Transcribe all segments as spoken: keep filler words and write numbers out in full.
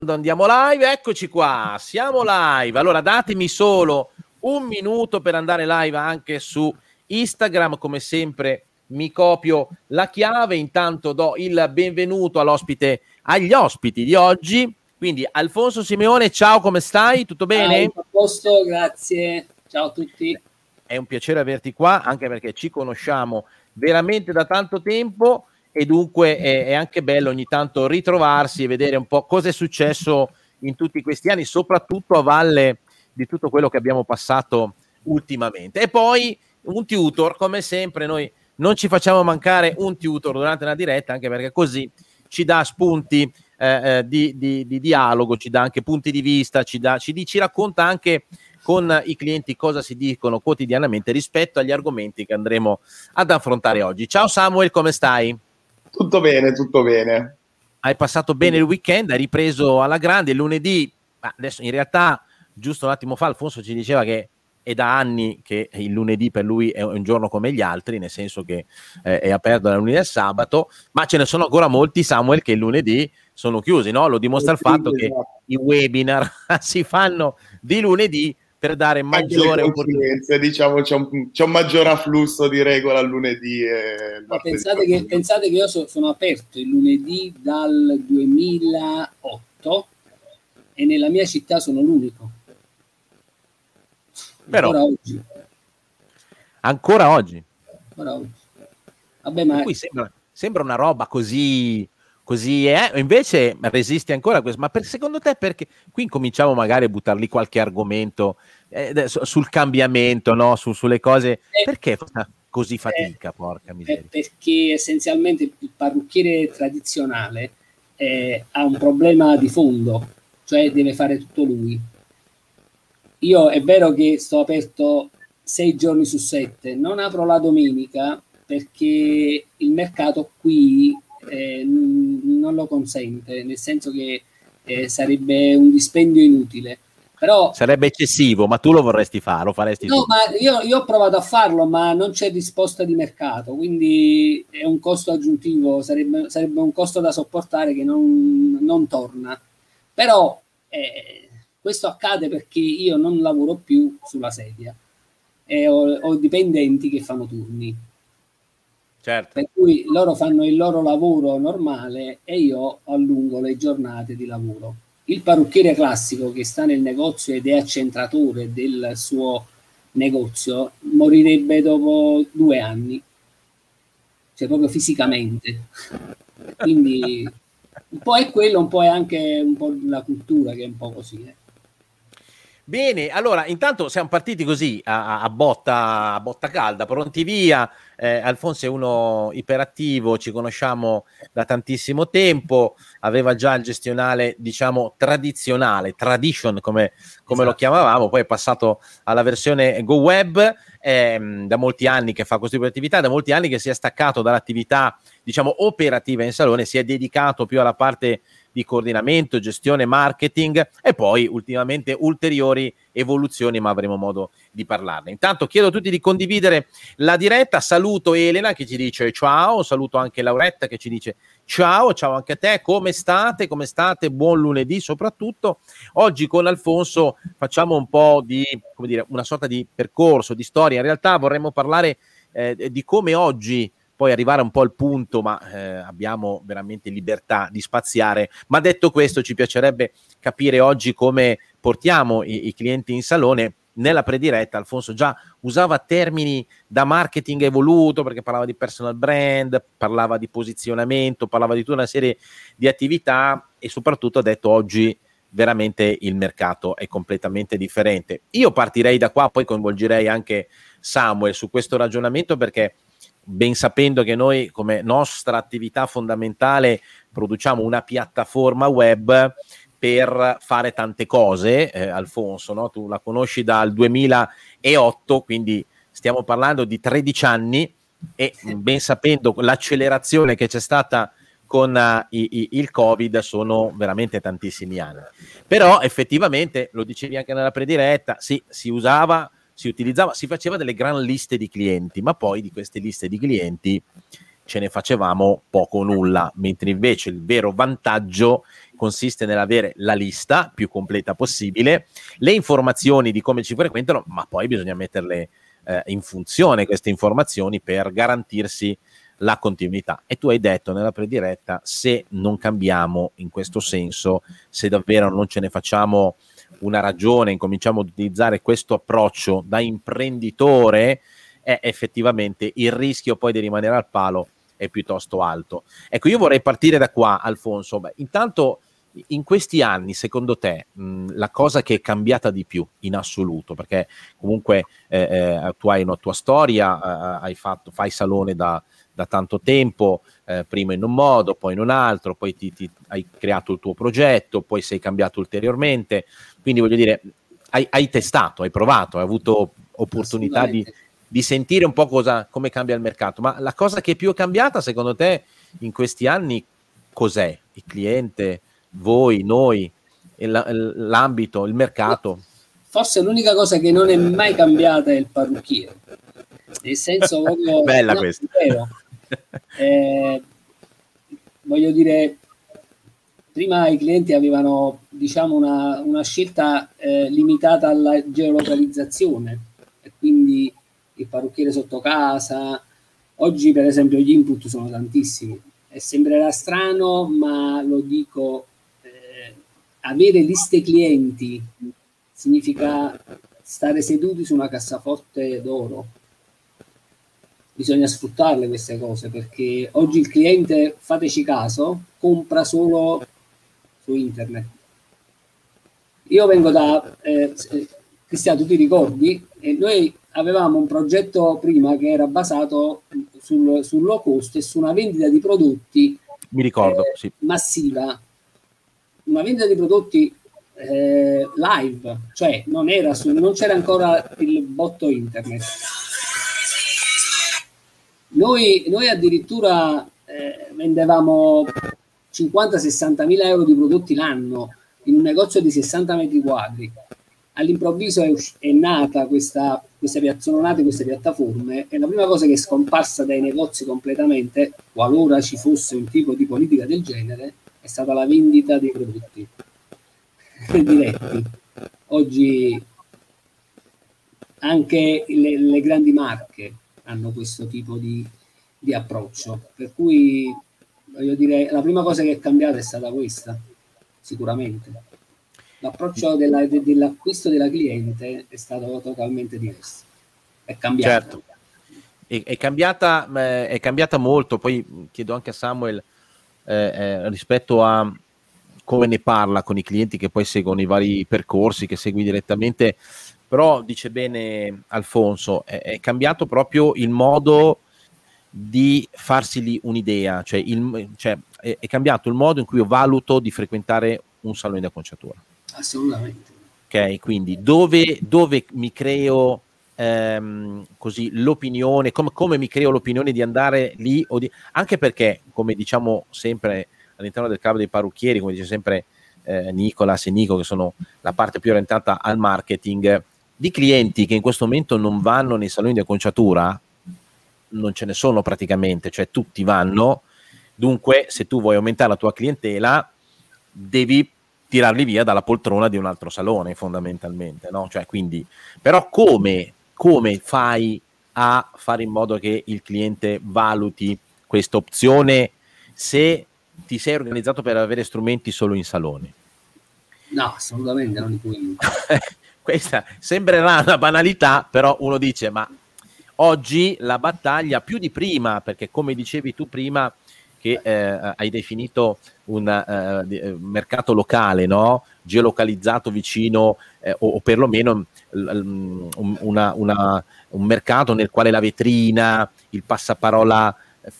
Andiamo live, eccoci qua, siamo live. Allora datemi solo un minuto per andare live anche su Instagram. Come sempre mi copio la chiave, intanto do il benvenuto all'ospite, agli ospiti di oggi. Quindi Alfonso Simeone, ciao, come stai? Tutto bene? Ciao, a posto, grazie. Ciao a tutti. È un piacere averti qua, anche perché ci conosciamo veramente da tanto tempo e dunque è, è anche bello ogni tanto ritrovarsi e vedere un po' cosa è successo in tutti questi anni, soprattutto a valle di tutto quello che abbiamo passato ultimamente. E poi un tutor, come sempre noi non ci facciamo mancare un tutor durante una diretta, anche perché così ci dà spunti eh, eh, di, di, di dialogo, ci dà anche punti di vista, ci, dà, ci, ci racconta anche con i clienti cosa si dicono quotidianamente rispetto agli argomenti che andremo ad affrontare oggi. Ciao Samuel, come stai? Tutto bene, tutto bene. Hai passato bene il weekend, hai ripreso alla grande il lunedì. Adesso in realtà giusto un attimo fa Alfonso ci diceva che è da anni che il lunedì per lui è un giorno come gli altri, nel senso che eh, è aperto dal lunedì al sabato, ma ce ne sono ancora molti, Samuel, che il lunedì sono chiusi, no? Lo dimostra il fatto che i webinar si fanno di lunedì per dare maggiore opportunità. Diciamo c'è un, c'è un maggior afflusso di regola al lunedì. E no, pensate, che, pensate che io so, sono aperto il lunedì dal duemilaotto e nella mia città sono l'unico. Però, ancora oggi. Ancora oggi. Ancora oggi. Vabbè, ma... Qui sembra, sembra una roba così... Così è, invece resisti ancora a questo. Ma per, secondo te perché? Qui incominciamo magari a buttar lì qualche argomento eh, sul cambiamento, no? Su, sulle cose. Eh, perché fa così fatica, eh, porca miseria? Eh, perché essenzialmente il parrucchiere tradizionale eh, ha un problema di fondo, cioè deve fare tutto lui. Io è vero che sto aperto sei giorni su sette, non apro la domenica perché il mercato qui Eh, non lo consente, nel senso che eh, sarebbe un dispendio inutile. Però sarebbe eccessivo, ma tu lo vorresti fare, lo faresti no, tu? Ma io, io ho provato a farlo, ma non c'è risposta di mercato, quindi è un costo aggiuntivo, sarebbe, sarebbe un costo da sopportare che non, non torna. Però eh, questo accade perché io non lavoro più sulla sedia e ho, ho dipendenti che fanno turni. Certo. Per cui loro fanno il loro lavoro normale e io allungo le giornate di lavoro. Il parrucchiere classico che sta nel negozio ed è accentratore del suo negozio morirebbe dopo due anni, cioè proprio fisicamente. Quindi un po' è quello, un po' è anche un po' la cultura che è un po' così. Eh. Bene, allora intanto siamo partiti così a, a, botta, a botta calda, pronti via. Eh, Alfonso è uno iperattivo, ci conosciamo da tantissimo tempo, aveva già il gestionale diciamo tradizionale, tradition come, come esatto. Lo chiamavamo, poi è passato alla versione Go Web, ehm, da molti anni che fa questo tipo di attività, da molti anni che si è staccato dall'attività diciamo operativa in salone, si è dedicato più alla parte di coordinamento, gestione, marketing e poi ultimamente ulteriori evoluzioni, ma avremo modo di parlarne. Intanto chiedo a tutti di condividere la diretta, saluto Elena che ci dice ciao, saluto anche Lauretta che ci dice ciao, ciao anche a te, come state, come state, buon lunedì soprattutto. Oggi con Alfonso facciamo un po' di, come dire, una sorta di percorso, di storia, in realtà vorremmo parlare eh, di come oggi poi arrivare un po' al punto, ma eh, abbiamo veramente libertà di spaziare. Ma detto questo, ci piacerebbe capire oggi come portiamo i, i clienti in salone. Nella prediretta Alfonso già usava termini da marketing evoluto, perché parlava di personal brand, parlava di posizionamento, parlava di tutta una serie di attività e soprattutto ha detto oggi veramente il mercato è completamente differente. Io partirei da qua, poi coinvolgerei anche Samuel su questo ragionamento, perché ben sapendo che noi come nostra attività fondamentale produciamo una piattaforma web per fare tante cose, eh, Alfonso, no? Tu la conosci dal duemilaotto, quindi stiamo parlando di tredici anni e ben sapendo l'accelerazione che c'è stata con uh, i, i, il Covid sono veramente tantissimi anni. Però effettivamente, lo dicevi anche nella prediretta, sì, si usava si utilizzava, si faceva delle gran liste di clienti, ma poi di queste liste di clienti ce ne facevamo poco o nulla, mentre invece il vero vantaggio consiste nell'avere la lista più completa possibile, le informazioni di come ci frequentano, ma poi bisogna metterle eh, in funzione queste informazioni per garantirsi la continuità. E tu hai detto nella prediretta, se non cambiamo in questo senso, se davvero non ce ne facciamo una ragione, incominciamo ad utilizzare questo approccio da imprenditore, è effettivamente il rischio poi di rimanere al palo è piuttosto alto. Ecco, io vorrei partire da qua, Alfonso. Beh, intanto, in questi anni, secondo te, mh, la cosa che è cambiata di più in assoluto, perché comunque eh, eh, tu hai una tua storia, eh, hai fatto, fai salone da, da tanto tempo, eh, prima in un modo, poi in un altro, poi ti, ti, hai creato il tuo progetto, poi sei cambiato ulteriormente, quindi voglio dire, hai, hai testato, hai provato, hai avuto opportunità di, di sentire un po' cosa, come cambia il mercato, ma la cosa che più è cambiata secondo te in questi anni cos'è? Il cliente, voi, noi, l'ambito, il mercato? Forse l'unica cosa che non è mai cambiata è il parrucchiere, nel senso proprio bella no, questa. Vero. Eh, voglio dire, prima i clienti avevano, diciamo, una, una scelta eh, limitata alla geolocalizzazione, e quindi il parrucchiere sotto casa. Oggi per esempio gli input sono tantissimi e sembrerà strano, ma lo dico, eh, avere liste clienti significa stare seduti su una cassaforte d'oro. Bisogna sfruttarle queste cose, perché oggi il cliente, fateci caso, compra solo su internet. Io vengo da eh, Cristiano, tu ti ricordi? E noi avevamo un progetto prima che era basato sul, sul low cost e su una vendita di prodotti mi ricordo, eh, sì. massiva, una vendita di prodotti eh, live, cioè non era su, non c'era ancora il botto internet. Noi, noi addirittura eh, vendevamo cinquanta sessanta mila euro di prodotti l'anno in un negozio di sessanta metri quadri. All'improvviso è, è nata questa, questa, sono nate queste piattaforme e la prima cosa che è scomparsa dai negozi completamente, qualora ci fosse un tipo di politica del genere, è stata la vendita dei prodotti diretti. Oggi anche le, le grandi marche hanno questo tipo di, di approccio, per cui voglio dire, la prima cosa che è cambiata è stata questa, sicuramente. L'approccio della, de, dell'acquisto della cliente è stato totalmente diverso, è cambiato. Certo, è, è cambiata, eh, è cambiata molto. Poi chiedo anche a Samuel eh, eh, rispetto a come ne parla con i clienti che poi seguono i vari percorsi che segui direttamente, però dice bene Alfonso, è, è cambiato proprio il modo di farsi lì un'idea, cioè, il, cioè è, è cambiato il modo in cui io valuto di frequentare un salone di acconciatura. Assolutamente. Ok, quindi dove, dove mi creo ehm, così l'opinione, com, come mi creo l'opinione di andare lì, o di, anche perché, come diciamo sempre all'interno del club dei parrucchieri, come dice sempre eh, Nicolas e Nico, che sono la parte più orientata al marketing, di clienti che in questo momento non vanno nei saloni di acconciatura, non ce ne sono praticamente, cioè tutti vanno. Dunque, se tu vuoi aumentare la tua clientela, devi tirarli via dalla poltrona di un altro salone, fondamentalmente, no? Cioè, quindi, però come, come fai a fare in modo che il cliente valuti questa opzione se ti sei organizzato per avere strumenti solo in salone? No, assolutamente non li puoi. Questa sembrerà una banalità, però uno dice, ma oggi la battaglia più di prima, perché come dicevi tu prima, che eh, hai definito un eh, mercato locale, no? Geolocalizzato vicino eh, o, o perlomeno l, una, una, un mercato nel quale la vetrina, il passaparola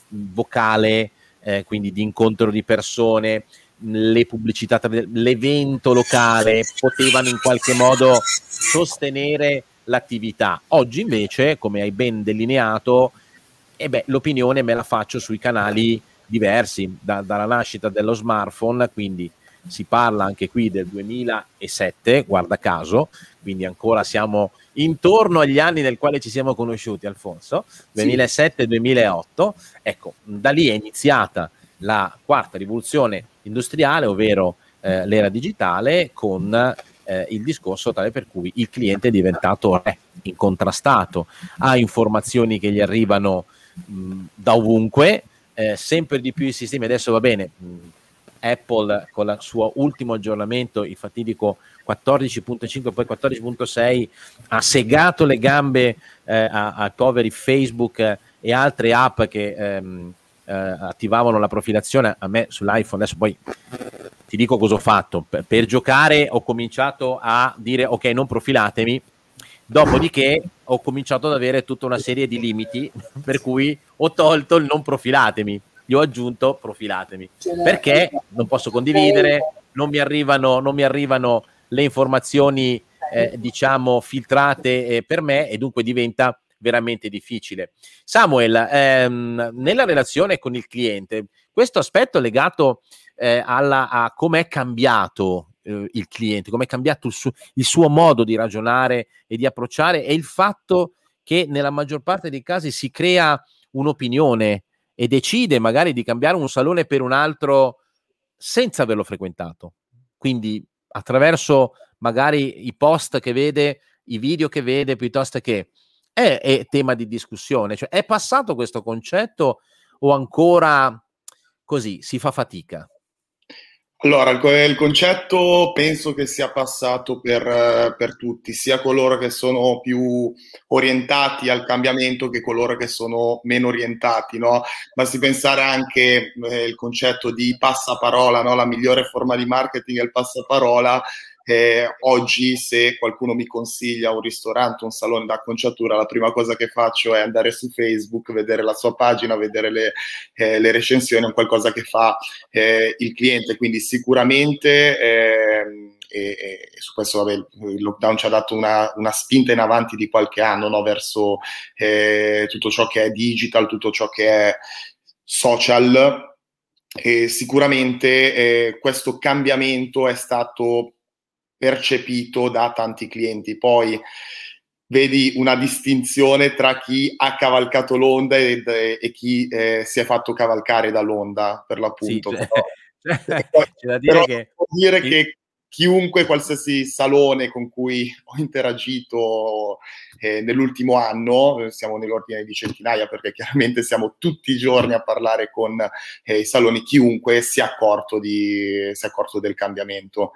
vocale, eh, quindi di incontro di persone, le pubblicità, l'evento locale potevano in qualche modo sostenere l'attività. Oggi invece, come hai ben delineato, eh beh, l'opinione me la faccio sui canali diversi, da, dalla nascita dello smartphone, quindi si parla anche qui del duemilasette, guarda caso, quindi ancora siamo intorno agli anni nel quale ci siamo conosciuti, Alfonso, duemilasette duemilaotto, ecco, da lì è iniziata la quarta rivoluzione industriale, ovvero eh, l'era digitale, con eh, il discorso tale per cui il cliente è diventato re, incontrastato, ha informazioni che gli arrivano mh, da ovunque, eh, sempre di più i sistemi, adesso va bene, mh, Apple con il suo ultimo aggiornamento, il fatidico quattordici punto cinque, poi quattordici punto sei, ha segato le gambe eh, a, a poveri Facebook eh, e altre app che ehm, eh, attivavano la profilazione. A me sull'iPhone, adesso poi ti dico cosa ho fatto, per, per giocare ho cominciato a dire ok, non profilatemi, dopodiché ho cominciato ad avere tutta una serie di limiti per cui ho tolto il non profilatemi, gli ho aggiunto profilatemi, perché non posso condividere, non mi arrivano, non mi arrivano le informazioni eh, diciamo filtrate eh, per me, e dunque diventa veramente difficile. Samuel, ehm, nella relazione con il cliente, questo aspetto legato eh, alla, a come è cambiato eh, il cliente, come è cambiato il, su, il suo modo di ragionare e di approcciare, e il fatto che nella maggior parte dei casi si crea un'opinione e decide magari di cambiare un salone per un altro senza averlo frequentato, quindi attraverso magari i post che vede, i video che vede, piuttosto che è, è tema di discussione, cioè è passato questo concetto o ancora così si fa fatica? Allora, il, il concetto penso che sia passato per, per tutti, sia coloro che sono più orientati al cambiamento che coloro che sono meno orientati, no? Basti pensare anche eh, il concetto di passaparola, no? La migliore forma di marketing è il passaparola. Eh, oggi se qualcuno mi consiglia un ristorante, un salone d'acconciatura, la prima cosa che faccio è andare su Facebook, vedere la sua pagina, vedere le, eh, le recensioni, o qualcosa che fa eh, il cliente, quindi sicuramente eh, e, e su questo vabbè, il lockdown ci ha dato una, una spinta in avanti di qualche anno, no? Verso eh, tutto ciò che è digital, tutto ciò che è social, e sicuramente eh, questo cambiamento è stato percepito da tanti clienti. Poi vedi una distinzione tra chi ha cavalcato l'onda ed, e chi eh, si è fatto cavalcare dall'onda, per l'appunto. Sì, però, c'è da dire però che, devo dire che chiunque, qualsiasi salone con cui ho interagito eh, nell'ultimo anno, siamo nell'ordine di centinaia perché chiaramente siamo tutti i giorni a parlare con eh, i saloni, chiunque si è accorto, di, si è accorto del cambiamento.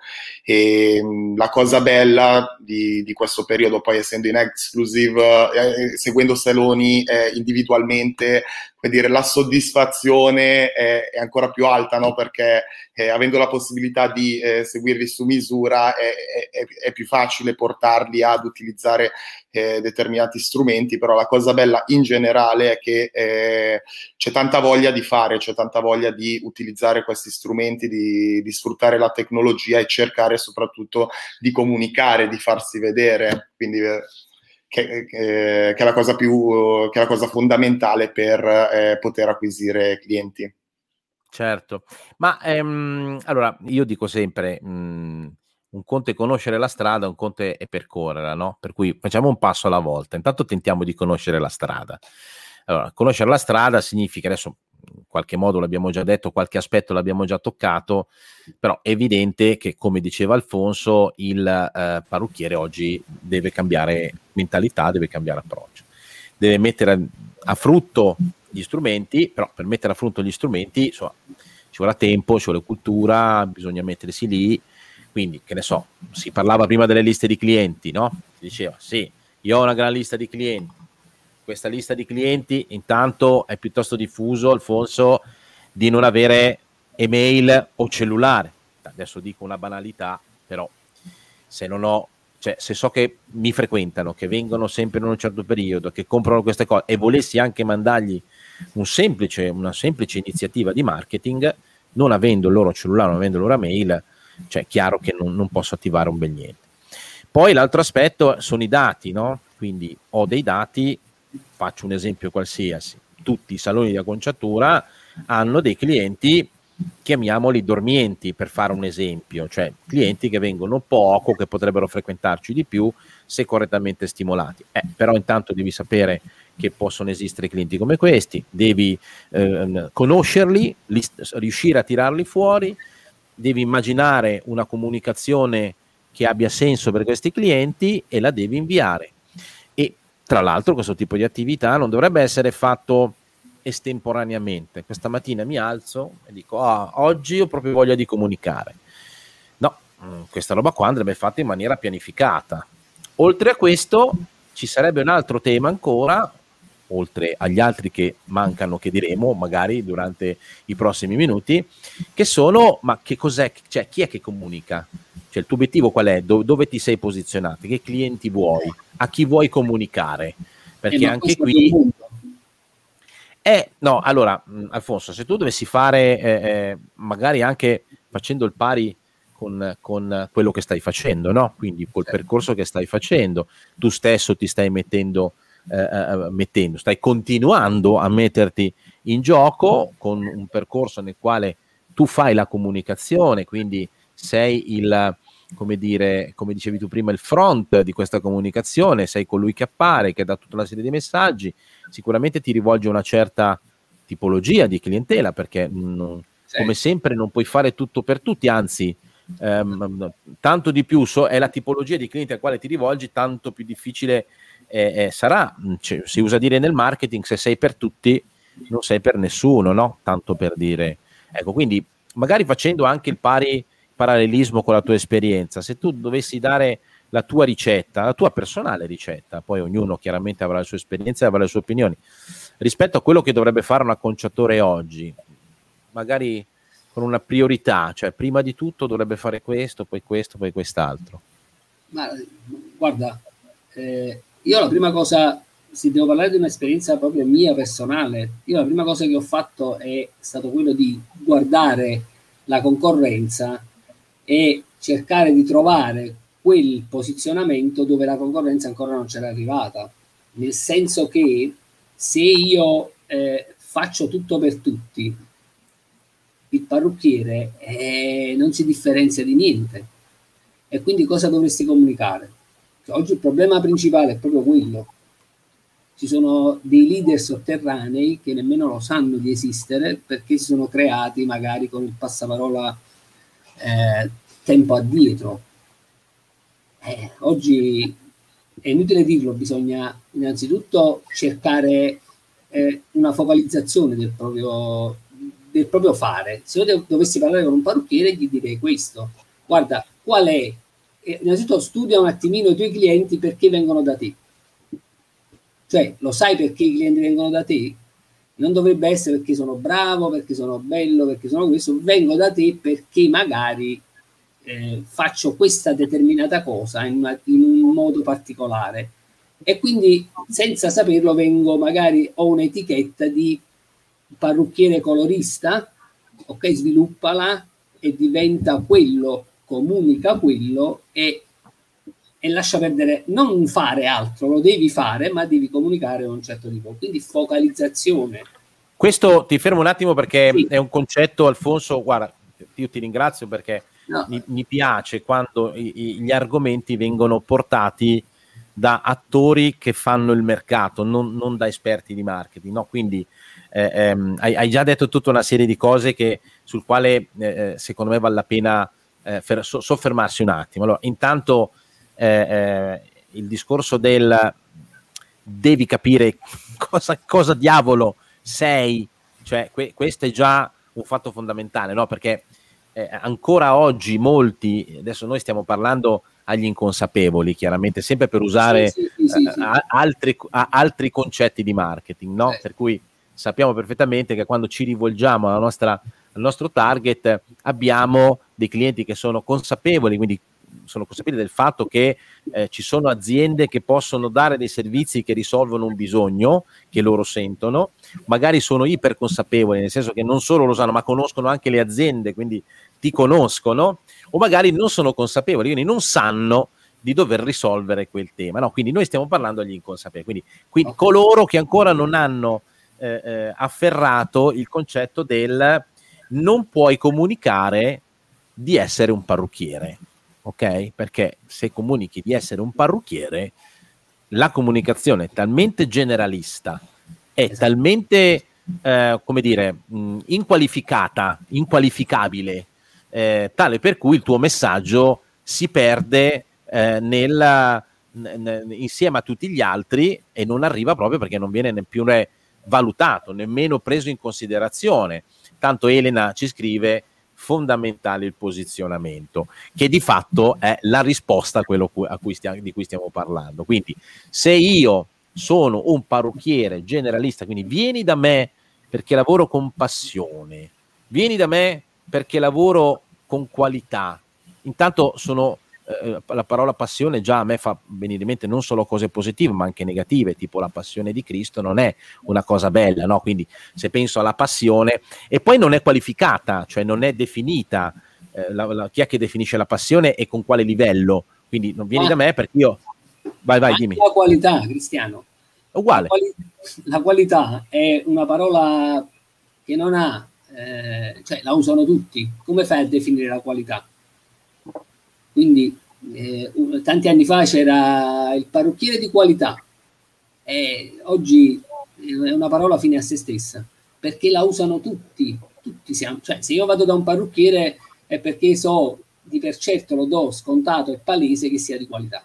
E, mh, la cosa bella di, di questo periodo, poi essendo in exclusive, eh, seguendo saloni eh, individualmente, vuol dire, la soddisfazione è, è ancora più alta, no? Perché eh, avendo la possibilità di eh, seguirli su misura è, è, è più facile portarli ad utilizzare eh, determinati strumenti, però la cosa bella in generale è che eh, c'è tanta voglia di fare, c'è tanta voglia di utilizzare questi strumenti, di, di sfruttare la tecnologia e cercare soprattutto di comunicare, di farsi vedere, quindi eh, Che, che, che è la cosa più, che è la cosa fondamentale per eh, poter acquisire clienti. Certo, ma ehm, allora io dico sempre, mh, un conto è conoscere la strada, un conto è, è percorrerla, no? Per cui facciamo un passo alla volta. Intanto tentiamo di conoscere la strada. Allora, conoscere la strada significa, adesso in qualche modo l'abbiamo già detto, qualche aspetto l'abbiamo già toccato, però è evidente che, come diceva Alfonso, il eh, parrucchiere oggi deve cambiare mentalità, deve cambiare approccio, deve mettere a, a frutto gli strumenti, però per mettere a frutto gli strumenti insomma, ci vorrà tempo, ci vuole cultura, bisogna mettersi lì. Quindi, che ne so, si parlava prima delle liste di clienti, no? Si diceva, sì, io ho una gran lista di clienti, questa lista di clienti intanto è piuttosto diffuso, Alfonso, di non avere email o cellulare. Adesso dico una banalità, però se non ho, cioè se so che mi frequentano, che vengono sempre in un certo periodo, che comprano queste cose, e volessi anche mandargli un semplice, una semplice iniziativa di marketing, non avendo il loro cellulare, non avendo la loro mail, cioè è chiaro che non, non posso attivare un bel niente. Poi l'altro aspetto sono i dati, no? Quindi ho dei dati, faccio un esempio qualsiasi, tutti i saloni di acconciatura hanno dei clienti chiamiamoli dormienti, per fare un esempio, cioè clienti che vengono poco, che potrebbero frequentarci di più se correttamente stimolati. Eh, però intanto devi sapere che possono esistere clienti come questi, devi eh, conoscerli, li, riuscire a tirarli fuori, devi immaginare una comunicazione che abbia senso per questi clienti e la devi inviare. E tra l'altro questo tipo di attività non dovrebbe essere fatto estemporaneamente. Questa mattina mi alzo e dico ah, oggi ho proprio voglia di comunicare. No, questa roba qua andrebbe fatta in maniera pianificata. Oltre a questo ci sarebbe un altro tema ancora, oltre agli altri che mancano, che diremo magari durante i prossimi minuti, che sono, ma che cos'è, cioè chi è che comunica? Cioè il tuo obiettivo qual è? Do- dove ti sei posizionato? Che clienti vuoi? A chi vuoi comunicare? Perché eh, anche qui... Eh, no, allora, mh, Alfonso, se tu dovessi fare, eh, eh, magari anche facendo il pari con, con quello che stai facendo, no? Quindi col certo. percorso che stai facendo, tu stesso ti stai mettendo, eh, mettendo, stai continuando a metterti in gioco con un percorso nel quale tu fai la comunicazione, quindi sei il, come dire, come dicevi tu prima, il front di questa comunicazione, sei colui che appare, che dà tutta una serie di messaggi, sicuramente ti rivolge a una certa tipologia di clientela, perché mh, sì. come sempre non puoi fare tutto per tutti, anzi ehm, tanto di più so, è la tipologia di cliente al quale ti rivolgi, tanto più difficile eh, eh, sarà, cioè, si usa dire nel marketing, se sei per tutti non sei per nessuno, no? Tanto per dire, ecco, quindi magari facendo anche il pari parallelismo con la tua esperienza, se tu dovessi dare la tua ricetta, la tua personale ricetta, poi ognuno chiaramente avrà le sue esperienze e avrà le sue opinioni, rispetto a quello che dovrebbe fare un acconciatore oggi, magari con una priorità, cioè prima di tutto dovrebbe fare questo, poi questo, poi quest'altro. Ma guarda, eh, io la prima cosa, se devo parlare di un'esperienza proprio mia personale, io la prima cosa che ho fatto è stato quello di guardare la concorrenza e cercare di trovare quel posizionamento dove la concorrenza ancora non c'era arrivata, nel senso che se io eh, faccio tutto per tutti, il parrucchiere eh, non si differenzia di niente, e quindi cosa dovresti comunicare? Cioè, oggi il problema principale è proprio quello, ci sono dei leader sotterranei che nemmeno lo sanno di esistere perché si sono creati magari con il passaparola eh, tempo addietro. Eh, oggi è inutile dirlo, bisogna innanzitutto cercare eh, una focalizzazione del proprio, del proprio fare. Se io dovessi parlare con un parrucchiere gli direi questo: guarda, qual è? Eh, innanzitutto studia un attimino i tuoi clienti, perché vengono da te. Cioè, lo sai perché i clienti vengono da te? Non dovrebbe essere perché sono bravo, perché sono bello, perché sono questo. Vengo da te perché magari Eh, faccio questa determinata cosa in, una, in un modo particolare, e quindi senza saperlo vengo, magari ho un'etichetta di parrucchiere colorista, ok, sviluppala e diventa quello, comunica quello e, e lascia perdere, non fare altro, lo devi fare ma devi comunicare a un certo tipo, quindi focalizzazione. Questo ti fermo un attimo perché sì. È un concetto, Alfonso, guarda, io ti ringrazio perché No. Mi, mi piace quando i, i, gli argomenti vengono portati da attori che fanno il mercato, non, non da esperti di marketing, no? Quindi eh, ehm, hai, hai già detto tutta una serie di cose che, sul quale eh, secondo me vale la pena eh, fer, so, soffermarsi un attimo. Allora, intanto eh, eh, il discorso del devi capire cosa, cosa diavolo sei, cioè que, questo è già un fatto fondamentale, no? Perché Eh, ancora oggi molti, adesso noi stiamo parlando agli inconsapevoli, chiaramente sempre per usare sì, sì, sì, sì. Uh, altri, uh, altri concetti di marketing, no? Eh. Per cui sappiamo perfettamente che quando ci rivolgiamo alla nostra, al nostro target abbiamo dei clienti che sono consapevoli, quindi sono consapevoli del fatto che eh, ci sono aziende che possono dare dei servizi che risolvono un bisogno che loro sentono, magari sono iperconsapevoli, nel senso che non solo lo sanno ma conoscono anche le aziende, quindi ti conoscono, o magari non sono consapevoli, quindi non sanno di dover risolvere quel tema, no? Quindi noi stiamo parlando agli inconsapevoli, quindi, quindi okay. coloro che ancora non hanno eh, eh, afferrato il concetto del non puoi comunicare di essere un parrucchiere, ok? Perché se comunichi di essere un parrucchiere, la comunicazione è talmente generalista, è esatto. talmente, eh, come dire, mh, inqualificata, inqualificabile, eh, tale per cui il tuo messaggio si perde eh, nel, n- insieme a tutti gli altri e non arriva proprio perché non viene neppure valutato, nemmeno preso in considerazione. Tanto Elena ci scrive: fondamentale il posizionamento, che di fatto è la risposta a quello a cui stiamo, di cui stiamo parlando. Quindi se io sono un parrucchiere generalista, quindi vieni da me perché lavoro con passione, vieni da me perché lavoro con qualità. Intanto sono eh, la parola passione già a me fa venire in mente non solo cose positive ma anche negative, tipo la passione di Cristo non è una cosa bella, no? Quindi se penso alla passione, e poi non è qualificata, cioè non è definita, eh, la, la, chi è che definisce la passione e con quale livello? Quindi non vieni ah, da me perché io vai vai dimmi. La qualità, Cristiano, uguale, la, quali... la qualità è una parola che non ha eh, cioè la usano tutti. Come fai a definire la qualità? Quindi eh, tanti anni fa c'era il parrucchiere di qualità, e oggi è una parola fine a se stessa, perché la usano tutti, tutti siamo, cioè se io vado da un parrucchiere è perché so di per certo, lo do scontato e palese che sia di qualità.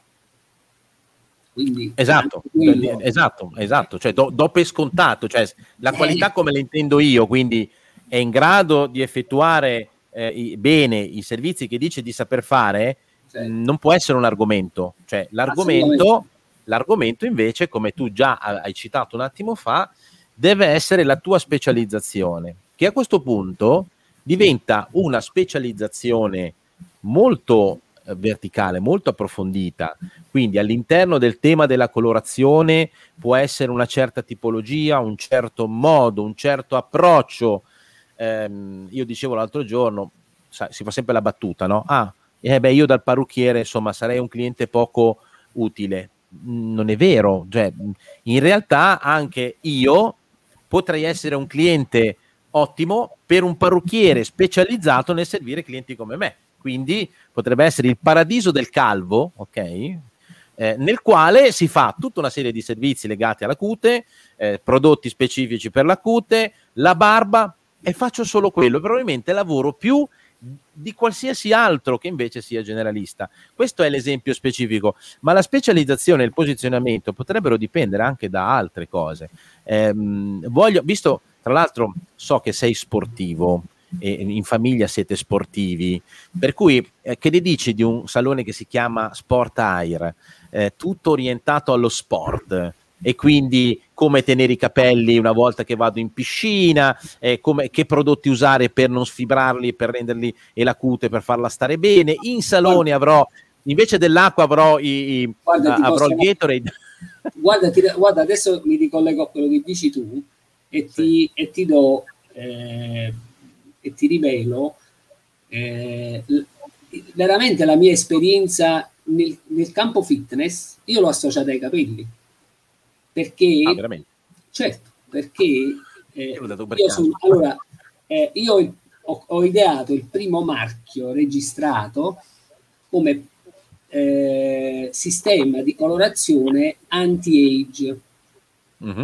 Quindi esatto, quello... esatto, esatto, cioè do, do per scontato, cioè la qualità come la intendo io, quindi è in grado di effettuare eh, i, bene i servizi che dice di saper fare, sì. mh, non può essere un argomento, cioè l'argomento, l'argomento invece, come tu già hai citato un attimo fa, deve essere la tua specializzazione, che a questo punto diventa una specializzazione molto verticale, molto approfondita. Quindi all'interno del tema della colorazione può essere una certa tipologia, un certo modo, un certo approccio. Ehm, io dicevo l'altro giorno, sai, si fa sempre la battuta, no? Ah, eh beh, io dal parrucchiere, insomma, sarei un cliente poco utile. Non è vero, cioè, in realtà anche io potrei essere un cliente ottimo per un parrucchiere specializzato nel servire clienti come me. Quindi potrebbe essere il paradiso del calvo, ok? Eh, nel quale si fa tutta una serie di servizi legati alla cute, eh, prodotti specifici per la cute, la barba, e faccio solo quello. Probabilmente lavoro più di qualsiasi altro che invece sia generalista. Questo è l'esempio specifico, ma la specializzazione e il posizionamento potrebbero dipendere anche da altre cose. Eh, voglio, visto, tra l'altro, so che sei sportivo, e in famiglia siete sportivi, per cui eh, che ne dici di un salone che si chiama Sport Air, eh, tutto orientato allo sport, e quindi come tenere i capelli una volta che vado in piscina, eh, come, che prodotti usare per non sfibrarli, per renderli, e la cute per farla stare bene. In salone avrò, invece dell'acqua avrò, i, i, guarda, uh, avrò posso... il Gatorade. Guarda, ti, guarda, adesso mi ricollego a quello che dici tu e ti, sì. e ti do eh, e ti rivelo eh, veramente la mia esperienza nel, nel campo fitness. Io l'ho associata ai capelli, perché ah, veramente? Certo, perché eh, io, per io, sono, allora, eh, io ho, ho ideato il primo marchio registrato come eh, sistema di colorazione anti-age. Mm-hmm.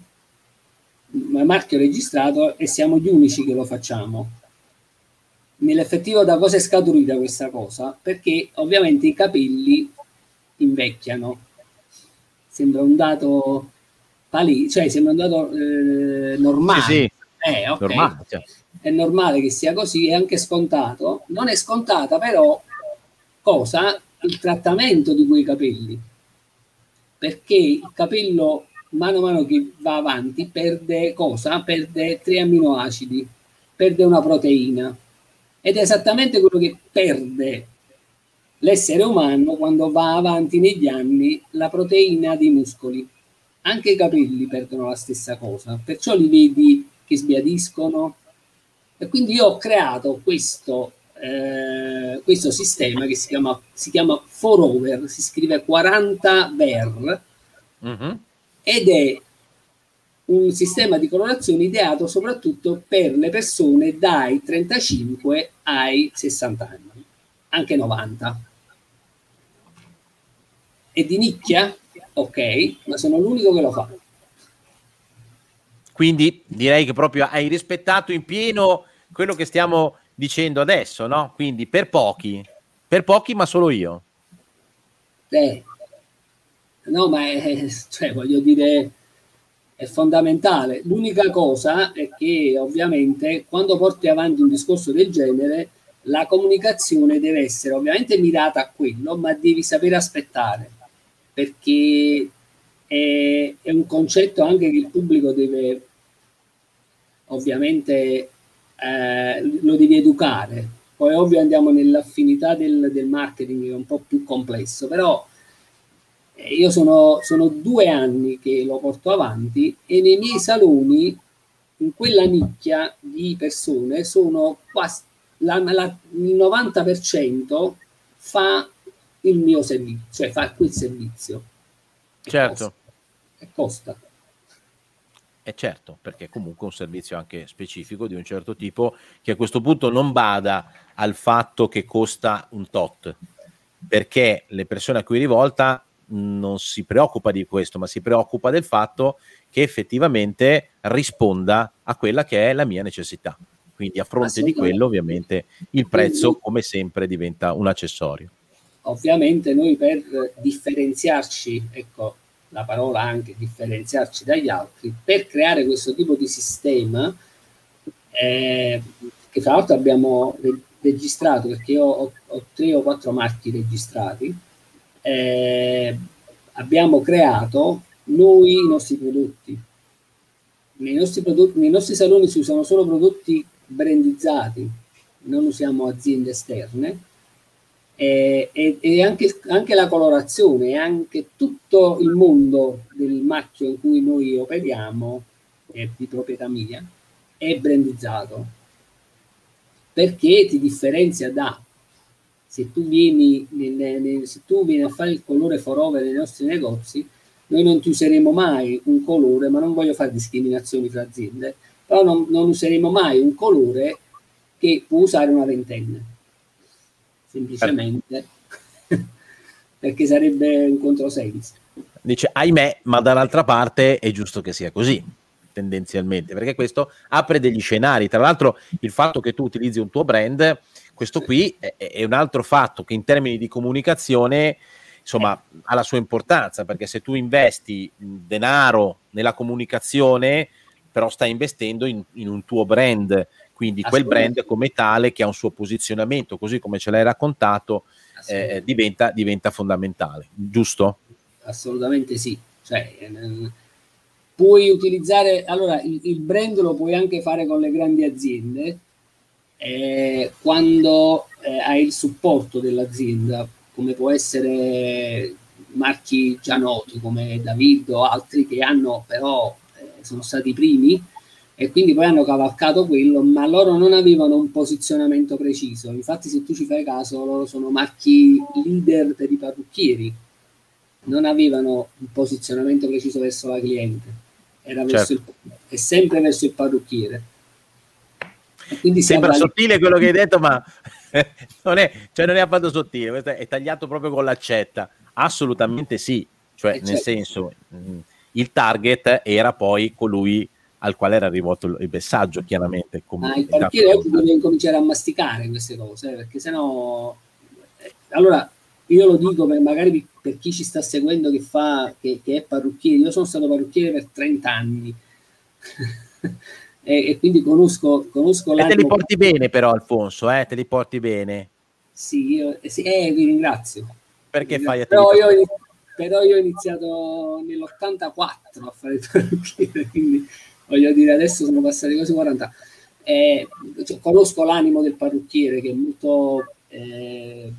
Un marchio registrato, e siamo gli unici che lo facciamo. Nell'effettivo, da cosa è scaturita questa cosa? Perché ovviamente i capelli invecchiano. Sembra un dato palese, cioè sembra un dato eh, normale. Sì, sì. Eh, okay. Normale, cioè. È normale che sia così, è anche scontato. Non è scontata però cosa? Il trattamento di quei capelli. Perché il capello, mano a mano che va avanti, perde cosa? Perde tre amminoacidi, perde una proteina, ed è esattamente quello che perde l'essere umano quando va avanti negli anni, la proteina dei muscoli. Anche i capelli perdono la stessa cosa, perciò li vedi che sbiadiscono. E quindi io ho creato questo, eh, questo sistema che si chiama, si chiama four over, si scrive quaranta ver, mm-hmm. ed è un sistema di colorazione ideato soprattutto per le persone dai trentacinque ai sessanta anni, anche novanta. È di nicchia? Ok, ma sono l'unico che lo fa. Quindi direi che proprio hai rispettato in pieno quello che stiamo dicendo adesso, no? Quindi per pochi, per pochi, ma solo io. Eh, no, ma è, cioè, voglio dire, è fondamentale. L'unica cosa è che ovviamente quando porti avanti un discorso del genere, la comunicazione deve essere ovviamente mirata a quello, ma devi sapere aspettare, perché è, è un concetto anche che il pubblico deve ovviamente eh, lo devi educare. Poi ovvio andiamo nell'affinità del, del marketing, che è un po' più complesso, però eh, io sono, sono due anni che lo porto avanti e nei miei saloni, in quella nicchia di persone, sono quasi la, la, il novanta per cento fa il mio servizio, cioè fa quel servizio. E certo. Costa. E costa. E certo, perché comunque è un servizio anche specifico di un certo tipo che a questo punto non bada al fatto che costa un tot, perché le persone a cui è rivolta non si preoccupa di questo, ma si preoccupa del fatto che effettivamente risponda a quella che è la mia necessità. Quindi a fronte di quello ovviamente il prezzo come sempre diventa un accessorio. Ovviamente noi per differenziarci, ecco, la parola anche differenziarci dagli altri, per creare questo tipo di sistema eh, che tra l'altro abbiamo re- registrato, perché io ho, ho tre o quattro marchi registrati, eh, abbiamo creato noi i nostri prodotti. Nei nostri, prodotti, nei nostri saloni si usano solo prodotti brandizzati, non usiamo aziende esterne. E, e, e anche, anche la colorazione, anche tutto il mondo del marchio in cui noi operiamo, è di proprietà mia, è brandizzato, perché ti differenzia da, se tu vieni, nel, nel, se tu vieni a fare il colore forever nei nostri negozi, noi non ti useremo mai un colore, ma non voglio fare discriminazioni fra aziende, però non, non useremo mai un colore che può usare una ventenne, semplicemente perché sarebbe un controsenso. Dice ahimè, ma dall'altra parte è giusto che sia così tendenzialmente, perché questo apre degli scenari. Tra l'altro il fatto che tu utilizzi un tuo brand, questo qui è, è un altro fatto che in termini di comunicazione insomma eh. ha la sua importanza, perché se tu investi denaro nella comunicazione però stai investendo in, in un tuo brand, quindi quel brand come tale che ha un suo posizionamento, così come ce l'hai raccontato, eh, diventa, diventa fondamentale, giusto? Assolutamente sì, cioè, ehm, puoi utilizzare, allora il, il brand lo puoi anche fare con le grandi aziende eh, quando eh, hai il supporto dell'azienda, come può essere marchi già noti come David o altri che hanno però eh, sono stati i primi e quindi poi hanno cavalcato quello, ma loro non avevano un posizionamento preciso. Infatti se tu ci fai caso loro sono marchi leader per i parrucchieri, non avevano un posizionamento preciso verso la cliente, era verso certo. il, è sempre verso il parrucchiere. E quindi sembra sottile quello che hai detto, ma non è, cioè non è affatto sottile, questo è tagliato proprio con l'accetta. Assolutamente sì, cioè eh nel certo. senso mh, il target era poi colui al quale era rivolto il messaggio, chiaramente. Ma il parrucchiere oggi deve incominciare a masticare queste cose, perché sennò eh, allora io lo dico per, magari per chi ci sta seguendo che fa che, che è parrucchiere. Io sono stato parrucchiere per trenta anni e, e quindi conosco conosco e te li porti bene però Alfonso, eh? Te li porti bene? Sì, io, sì eh, vi ringrazio perché vi fai ringrazio. Però, io, però io ho iniziato nell'ottantaquattro a fare il parrucchiere, quindi voglio dire adesso sono passati quasi quaranta. Eh, cioè, conosco l'animo del parrucchiere che è molto eh,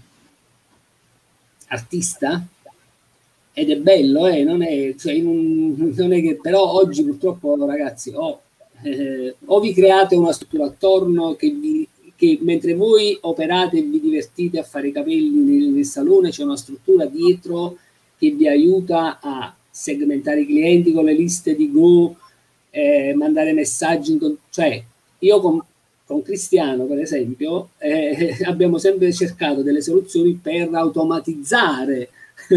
artista ed è bello, eh, non, è, cioè, non, non è che però oggi purtroppo ragazzi o, eh, o vi create una struttura attorno che, vi, che mentre voi operate e vi divertite a fare i capelli nel, nel salone c'è una struttura dietro che vi aiuta a segmentare i clienti con le liste di Go, eh, mandare messaggi, in, cioè io con, con Cristiano per esempio eh, abbiamo sempre cercato delle soluzioni per automatizzare.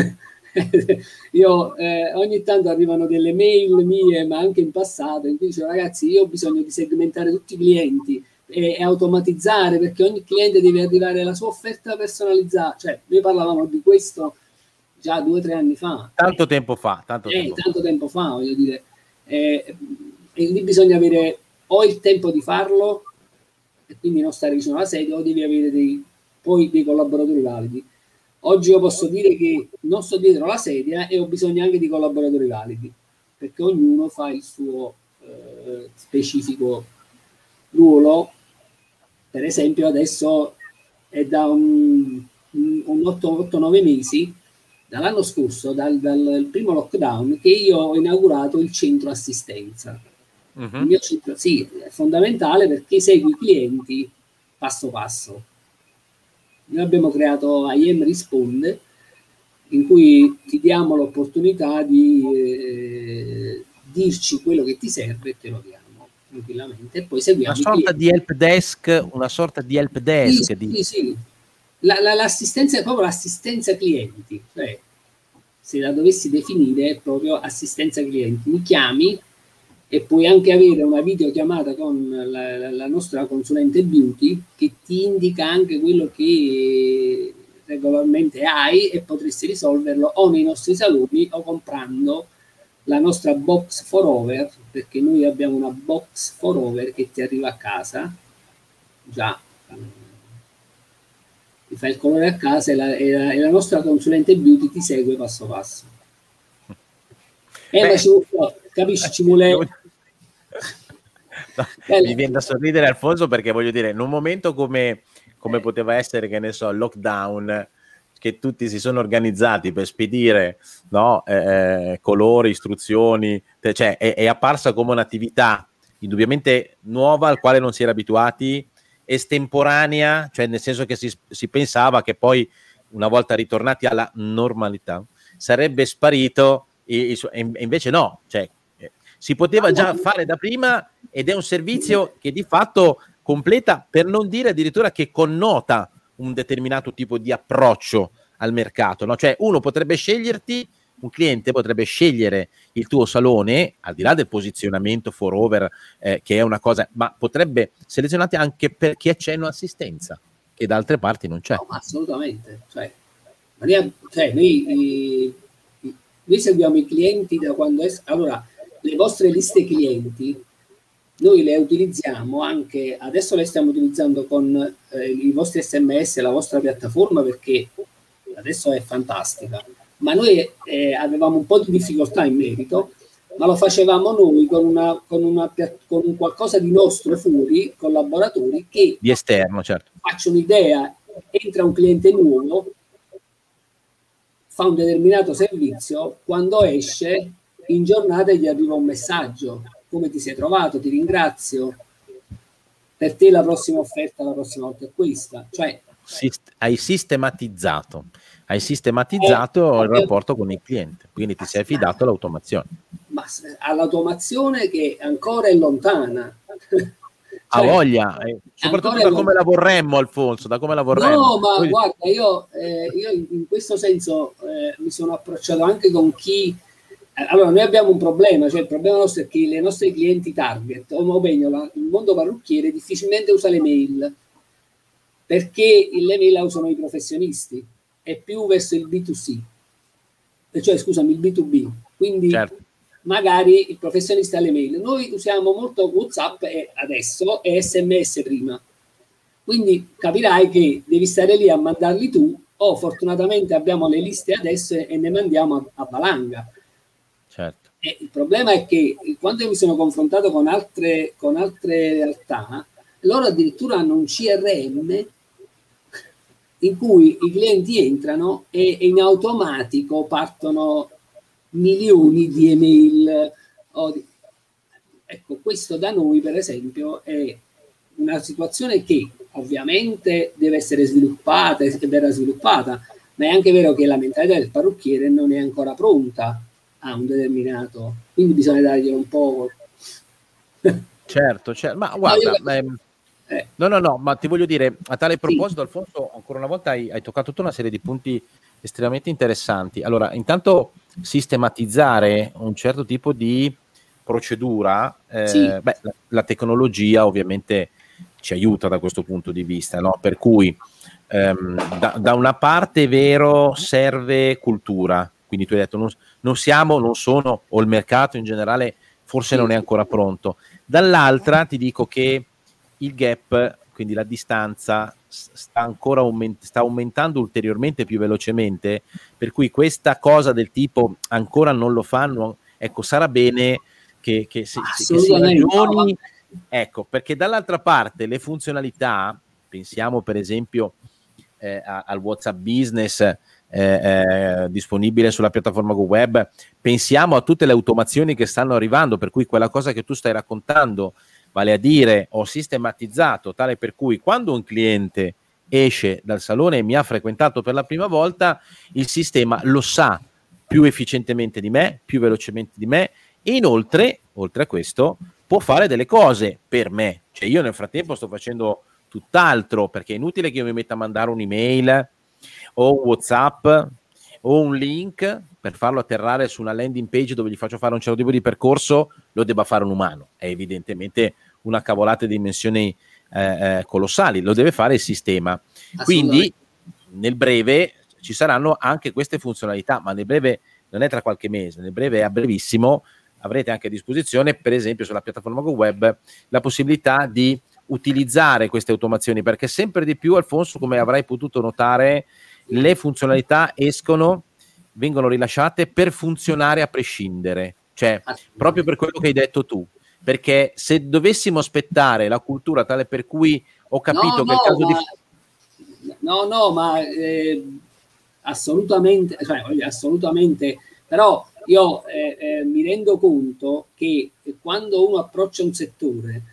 Io eh, ogni tanto arrivano delle mail mie, ma anche in passato, in cui dicevo ragazzi io ho bisogno di segmentare tutti i clienti e, e automatizzare, perché ogni cliente deve arrivare alla sua offerta personalizzata. Cioè noi parlavamo di questo già due o tre anni fa, tanto tempo fa tanto, eh, tempo, tanto fa. tempo fa voglio dire, eh, e lì bisogna avere o il tempo di farlo e quindi non stare vicino alla sedia, o devi avere dei, poi dei collaboratori validi. Oggi io posso dire che non sto dietro la sedia e ho bisogno anche di collaboratori validi, perché ognuno fa il suo eh, specifico ruolo. Per esempio adesso è da un, un otto nove mesi, dall'anno scorso, dal, dal primo lockdown, che io ho inaugurato il centro assistenza. Uh-huh. Il mio centro, sì, è fondamentale perché segui i clienti passo passo. Noi abbiamo creato I A M Risponde, in cui ti diamo l'opportunità di eh, dirci quello che ti serve e te lo diamo tranquillamente. E poi seguiamo una sorta di help desk, una sorta di help desk. Sì, di... sì, sì. La, la, l'assistenza è proprio l'assistenza clienti. Cioè, se la dovessi definire è proprio assistenza clienti. Mi chiami e puoi anche avere una videochiamata con la, la, la nostra consulente beauty che ti indica anche quello che regolarmente hai e potresti risolverlo o nei nostri saloni o comprando la nostra box for over, perché noi abbiamo una box for over che ti arriva a casa, già ti fa il colore a casa e la, e la, e la nostra consulente beauty ti segue passo passo. Eh, ma ci, capisci, ci vuole... No, mi viene da sorridere Alfonso, perché voglio dire, in un momento come, come poteva essere, che ne so, il lockdown, che tutti si sono organizzati per spedire, no, eh, colori, istruzioni, cioè è, è apparsa come un'attività indubbiamente nuova al quale non si era abituati, estemporanea, cioè nel senso che si, si pensava che poi una volta ritornati alla normalità sarebbe sparito, e, e invece no, cioè si poteva già fare da prima, ed è un servizio che di fatto completa, per non dire addirittura che connota un determinato tipo di approccio al mercato, no? Cioè uno potrebbe sceglierti, un cliente potrebbe scegliere il tuo salone, al di là del posizionamento for over, eh, che è una cosa, ma potrebbe selezionarti anche per chi c'è un'assistenza, che da altre parti non c'è. No, assolutamente. Cioè, cioè noi, noi seguiamo i clienti da quando è... Allora, le vostre liste clienti noi le utilizziamo anche, adesso le stiamo utilizzando con eh, i vostri sms, la vostra piattaforma, perché adesso è fantastica, ma noi eh, avevamo un po' di difficoltà in merito, ma lo facevamo noi con, una, con, una, con un qualcosa di nostro fuori, collaboratori, che di esterno, certo. Faccio un'idea, entra un cliente nuovo, fa un determinato servizio, quando esce in giornata gli arriva un messaggio: come ti sei trovato, ti ringrazio, per te la prossima offerta la prossima volta è questa. Cioè Sist- hai sistematizzato hai sistematizzato eh, il rapporto con il cliente, quindi ti sei affidato all'automazione, ma all'automazione che ancora è lontana. Ha cioè, voglia, eh, soprattutto da come la vorremmo, Alfonso, da come la vorremmo. No, ma Poi... guarda, io, eh, io in, in questo senso eh, mi sono approcciato anche con chi... Allora, noi abbiamo un problema, cioè il problema nostro è che le nostre clienti target, o meglio, la, il mondo parrucchiere difficilmente usa le mail, perché le mail la usano i professionisti, è più verso il B due C, cioè scusami, il B due B, quindi certo. Magari il professionista ha le mail. Noi usiamo molto WhatsApp e adesso e S M S prima, quindi capirai che devi stare lì a mandarli tu, o fortunatamente abbiamo le liste adesso e ne mandiamo a, a valanga. Certo. E il problema è che quando io mi sono confrontato con altre, con altre realtà, loro addirittura hanno un C R M in cui i clienti entrano e in automatico partono milioni di email. Di... Ecco, questo da noi per esempio è una situazione che ovviamente deve essere sviluppata e verrà sviluppata, ma è anche vero che la mentalità del parrucchiere non è ancora pronta a un determinato, quindi bisogna dargli un po', Certo, certo, ma guarda, no, io... eh, no, no, no, ma ti voglio dire, a tale proposito, sì. Alfonso, ancora una volta hai, hai toccato tutta una serie di punti estremamente interessanti. Allora, intanto sistematizzare un certo tipo di procedura, eh, sì. beh, la, la tecnologia ovviamente ci aiuta da questo punto di vista, no? Per cui ehm, da, da una parte è vero, serve cultura, quindi tu hai detto non, non siamo, non sono, o il mercato in generale forse sì. non è ancora pronto. Dall'altra ti dico che il gap, quindi la distanza, sta ancora aument- sta aumentando ulteriormente più velocemente, per cui questa cosa del tipo ancora non lo fanno, ecco, sarà bene che, che, si, che si ragioni, ecco, perché dall'altra parte le funzionalità, pensiamo per esempio eh, a, al WhatsApp Business eh, eh, disponibile sulla piattaforma Go Web, pensiamo a tutte le automazioni che stanno arrivando, per cui quella cosa che tu stai raccontando, vale a dire ho sistematizzato tale per cui quando un cliente esce dal salone e mi ha frequentato per la prima volta, il sistema lo sa più efficientemente di me, più velocemente di me, e inoltre, oltre a questo, può fare delle cose per me. Cioè io nel frattempo sto facendo tutt'altro, perché è inutile che io mi metta a mandare un'email o un WhatsApp o un link per farlo atterrare su una landing page dove gli faccio fare un certo tipo di percorso, lo debba fare un umano. È evidentemente una cavolata di dimensioni eh, eh, colossali, lo deve fare il sistema. Quindi nel breve ci saranno anche queste funzionalità, ma nel breve non è tra qualche mese, nel breve è a brevissimo, avrete anche a disposizione, per esempio sulla piattaforma Go Web, la possibilità di utilizzare queste automazioni, perché sempre di più, Alfonso, come avrai potuto notare, le funzionalità escono, vengono rilasciate per funzionare a prescindere, cioè proprio per quello che hai detto tu, perché se dovessimo aspettare la cultura tale per cui ho capito no, che no, il caso ma, di... no no ma eh, assolutamente, cioè, assolutamente, però io eh, eh, mi rendo conto che quando uno approccia un settore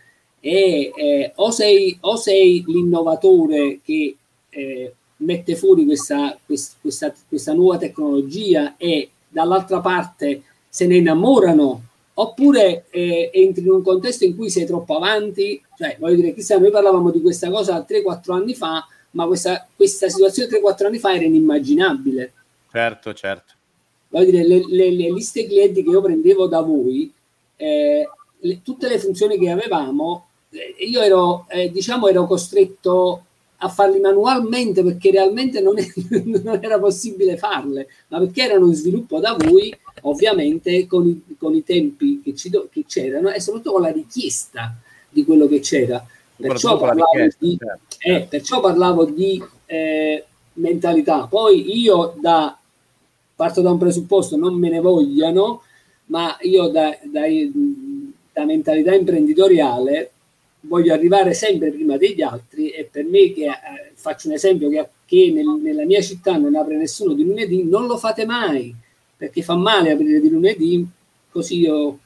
e eh, o sei o sei l'innovatore che eh, mette fuori questa, questa, questa nuova tecnologia e dall'altra parte se ne innamorano, oppure eh, entri in un contesto in cui sei troppo avanti. Cioè, voglio dire, Cristiano, noi parlavamo di questa cosa tre quattro anni fa, ma questa, questa situazione tre quattro anni fa era inimmaginabile. Certo, certo. Voglio dire, le, le, le liste clienti che io prendevo da voi, eh, le, tutte le funzioni che avevamo, eh, io ero, eh, diciamo, ero costretto a farli manualmente perché realmente non, è, non era possibile farle, ma perché erano in sviluppo da voi, ovviamente con i, con i tempi che, ci do, che c'erano e soprattutto con la richiesta di quello che c'era. Perciò parlavo, richiesta, di, certo. eh, perciò parlavo di eh, mentalità. Poi io da parto da un presupposto, non me ne vogliano, ma io da, da, da mentalità imprenditoriale voglio arrivare sempre prima degli altri, e per me, che eh, faccio un esempio, che, che nel, nella mia città non apre nessuno di lunedì, non lo fate mai, perché fa male aprire di lunedì, così io...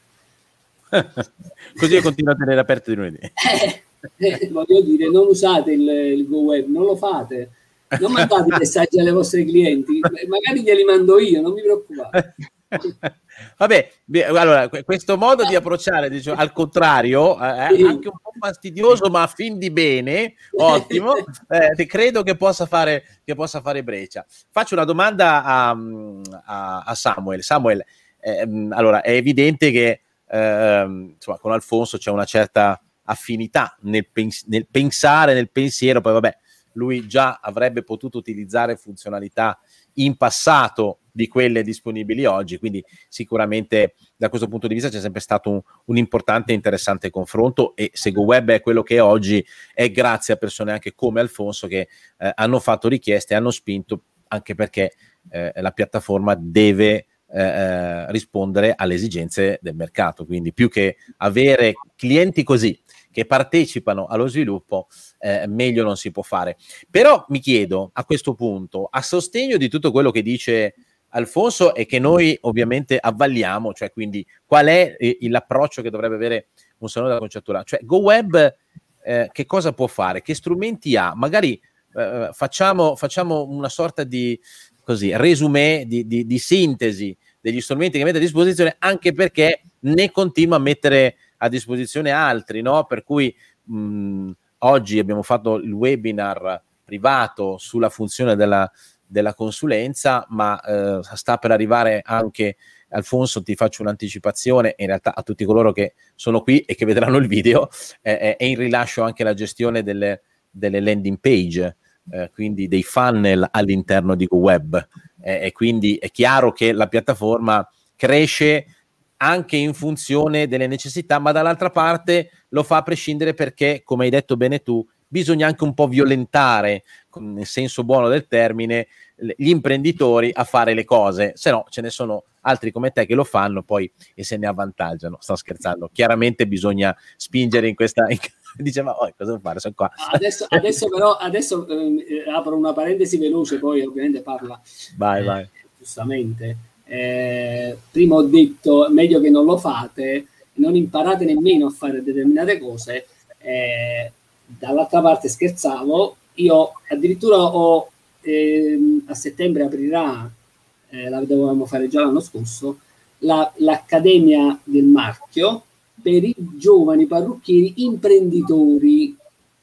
così io continuo a tenere aperto di lunedì. Eh, eh, voglio dire, non usate il, il Go Web, non lo fate. Non mandate messaggi alle vostre clienti, magari glieli mando io, non mi preoccupate. Vabbè, allora, questo modo di approcciare, diciamo, al contrario, è eh, anche un po' fastidioso, ma a fin di bene, ottimo, eh, credo che possa fare, che possa fare breccia. Faccio una domanda a, a, a Samuel. Samuel, eh, allora, è evidente che eh, insomma, con Alfonso c'è una certa affinità nel, pens- nel pensare, nel pensiero, poi vabbè, lui già avrebbe potuto utilizzare funzionalità in passato di quelle disponibili oggi, quindi sicuramente da questo punto di vista c'è sempre stato un, un importante e interessante confronto, e se Go Web è quello che è oggi è grazie a persone anche come Alfonso che eh, hanno fatto richieste e hanno spinto, anche perché eh, la piattaforma deve eh, rispondere alle esigenze del mercato, quindi più che avere clienti così che partecipano allo sviluppo, eh, meglio non si può fare. Però mi chiedo a questo punto, a sostegno di tutto quello che dice Alfonso e che noi ovviamente avvalliamo, cioè quindi qual è eh, l'approccio che dovrebbe avere un salone della concettura, cioè Go Web eh, che cosa può fare, che strumenti ha, magari eh, facciamo, facciamo una sorta di così resumé, di, di, di sintesi degli strumenti che mette a disposizione, anche perché ne continua a mettere a disposizione altri, no? Per cui mh, oggi abbiamo fatto il webinar privato sulla funzione della, della consulenza, ma eh, sta per arrivare anche, Alfonso, ti faccio un'anticipazione, in realtà a tutti coloro che sono qui e che vedranno il video, eh, è in rilascio anche la gestione delle, delle landing page, eh, quindi dei funnel all'interno di GoWeb, eh, e quindi è chiaro che la piattaforma cresce anche in funzione delle necessità, ma dall'altra parte lo fa a prescindere perché, come hai detto bene tu, bisogna anche un po' violentare, nel senso buono del termine, gli imprenditori a fare le cose, se no ce ne sono altri come te che lo fanno poi e se ne avvantaggiano. Sto scherzando, chiaramente bisogna spingere in questa... In... Dice, ma oh, cosa devo fare? Sono qua. Adesso, adesso però, adesso eh, apro una parentesi veloce, poi ovviamente parla. Vai, eh, vai. Giustamente. Eh, prima ho detto, meglio che non lo fate, non imparate nemmeno a fare determinate cose. Eh, dall'altra parte scherzavo, io addirittura ho eh, a settembre aprirà, eh, la dovevamo fare già l'anno scorso, la, l'Accademia del Marchio per i giovani parrucchieri imprenditori,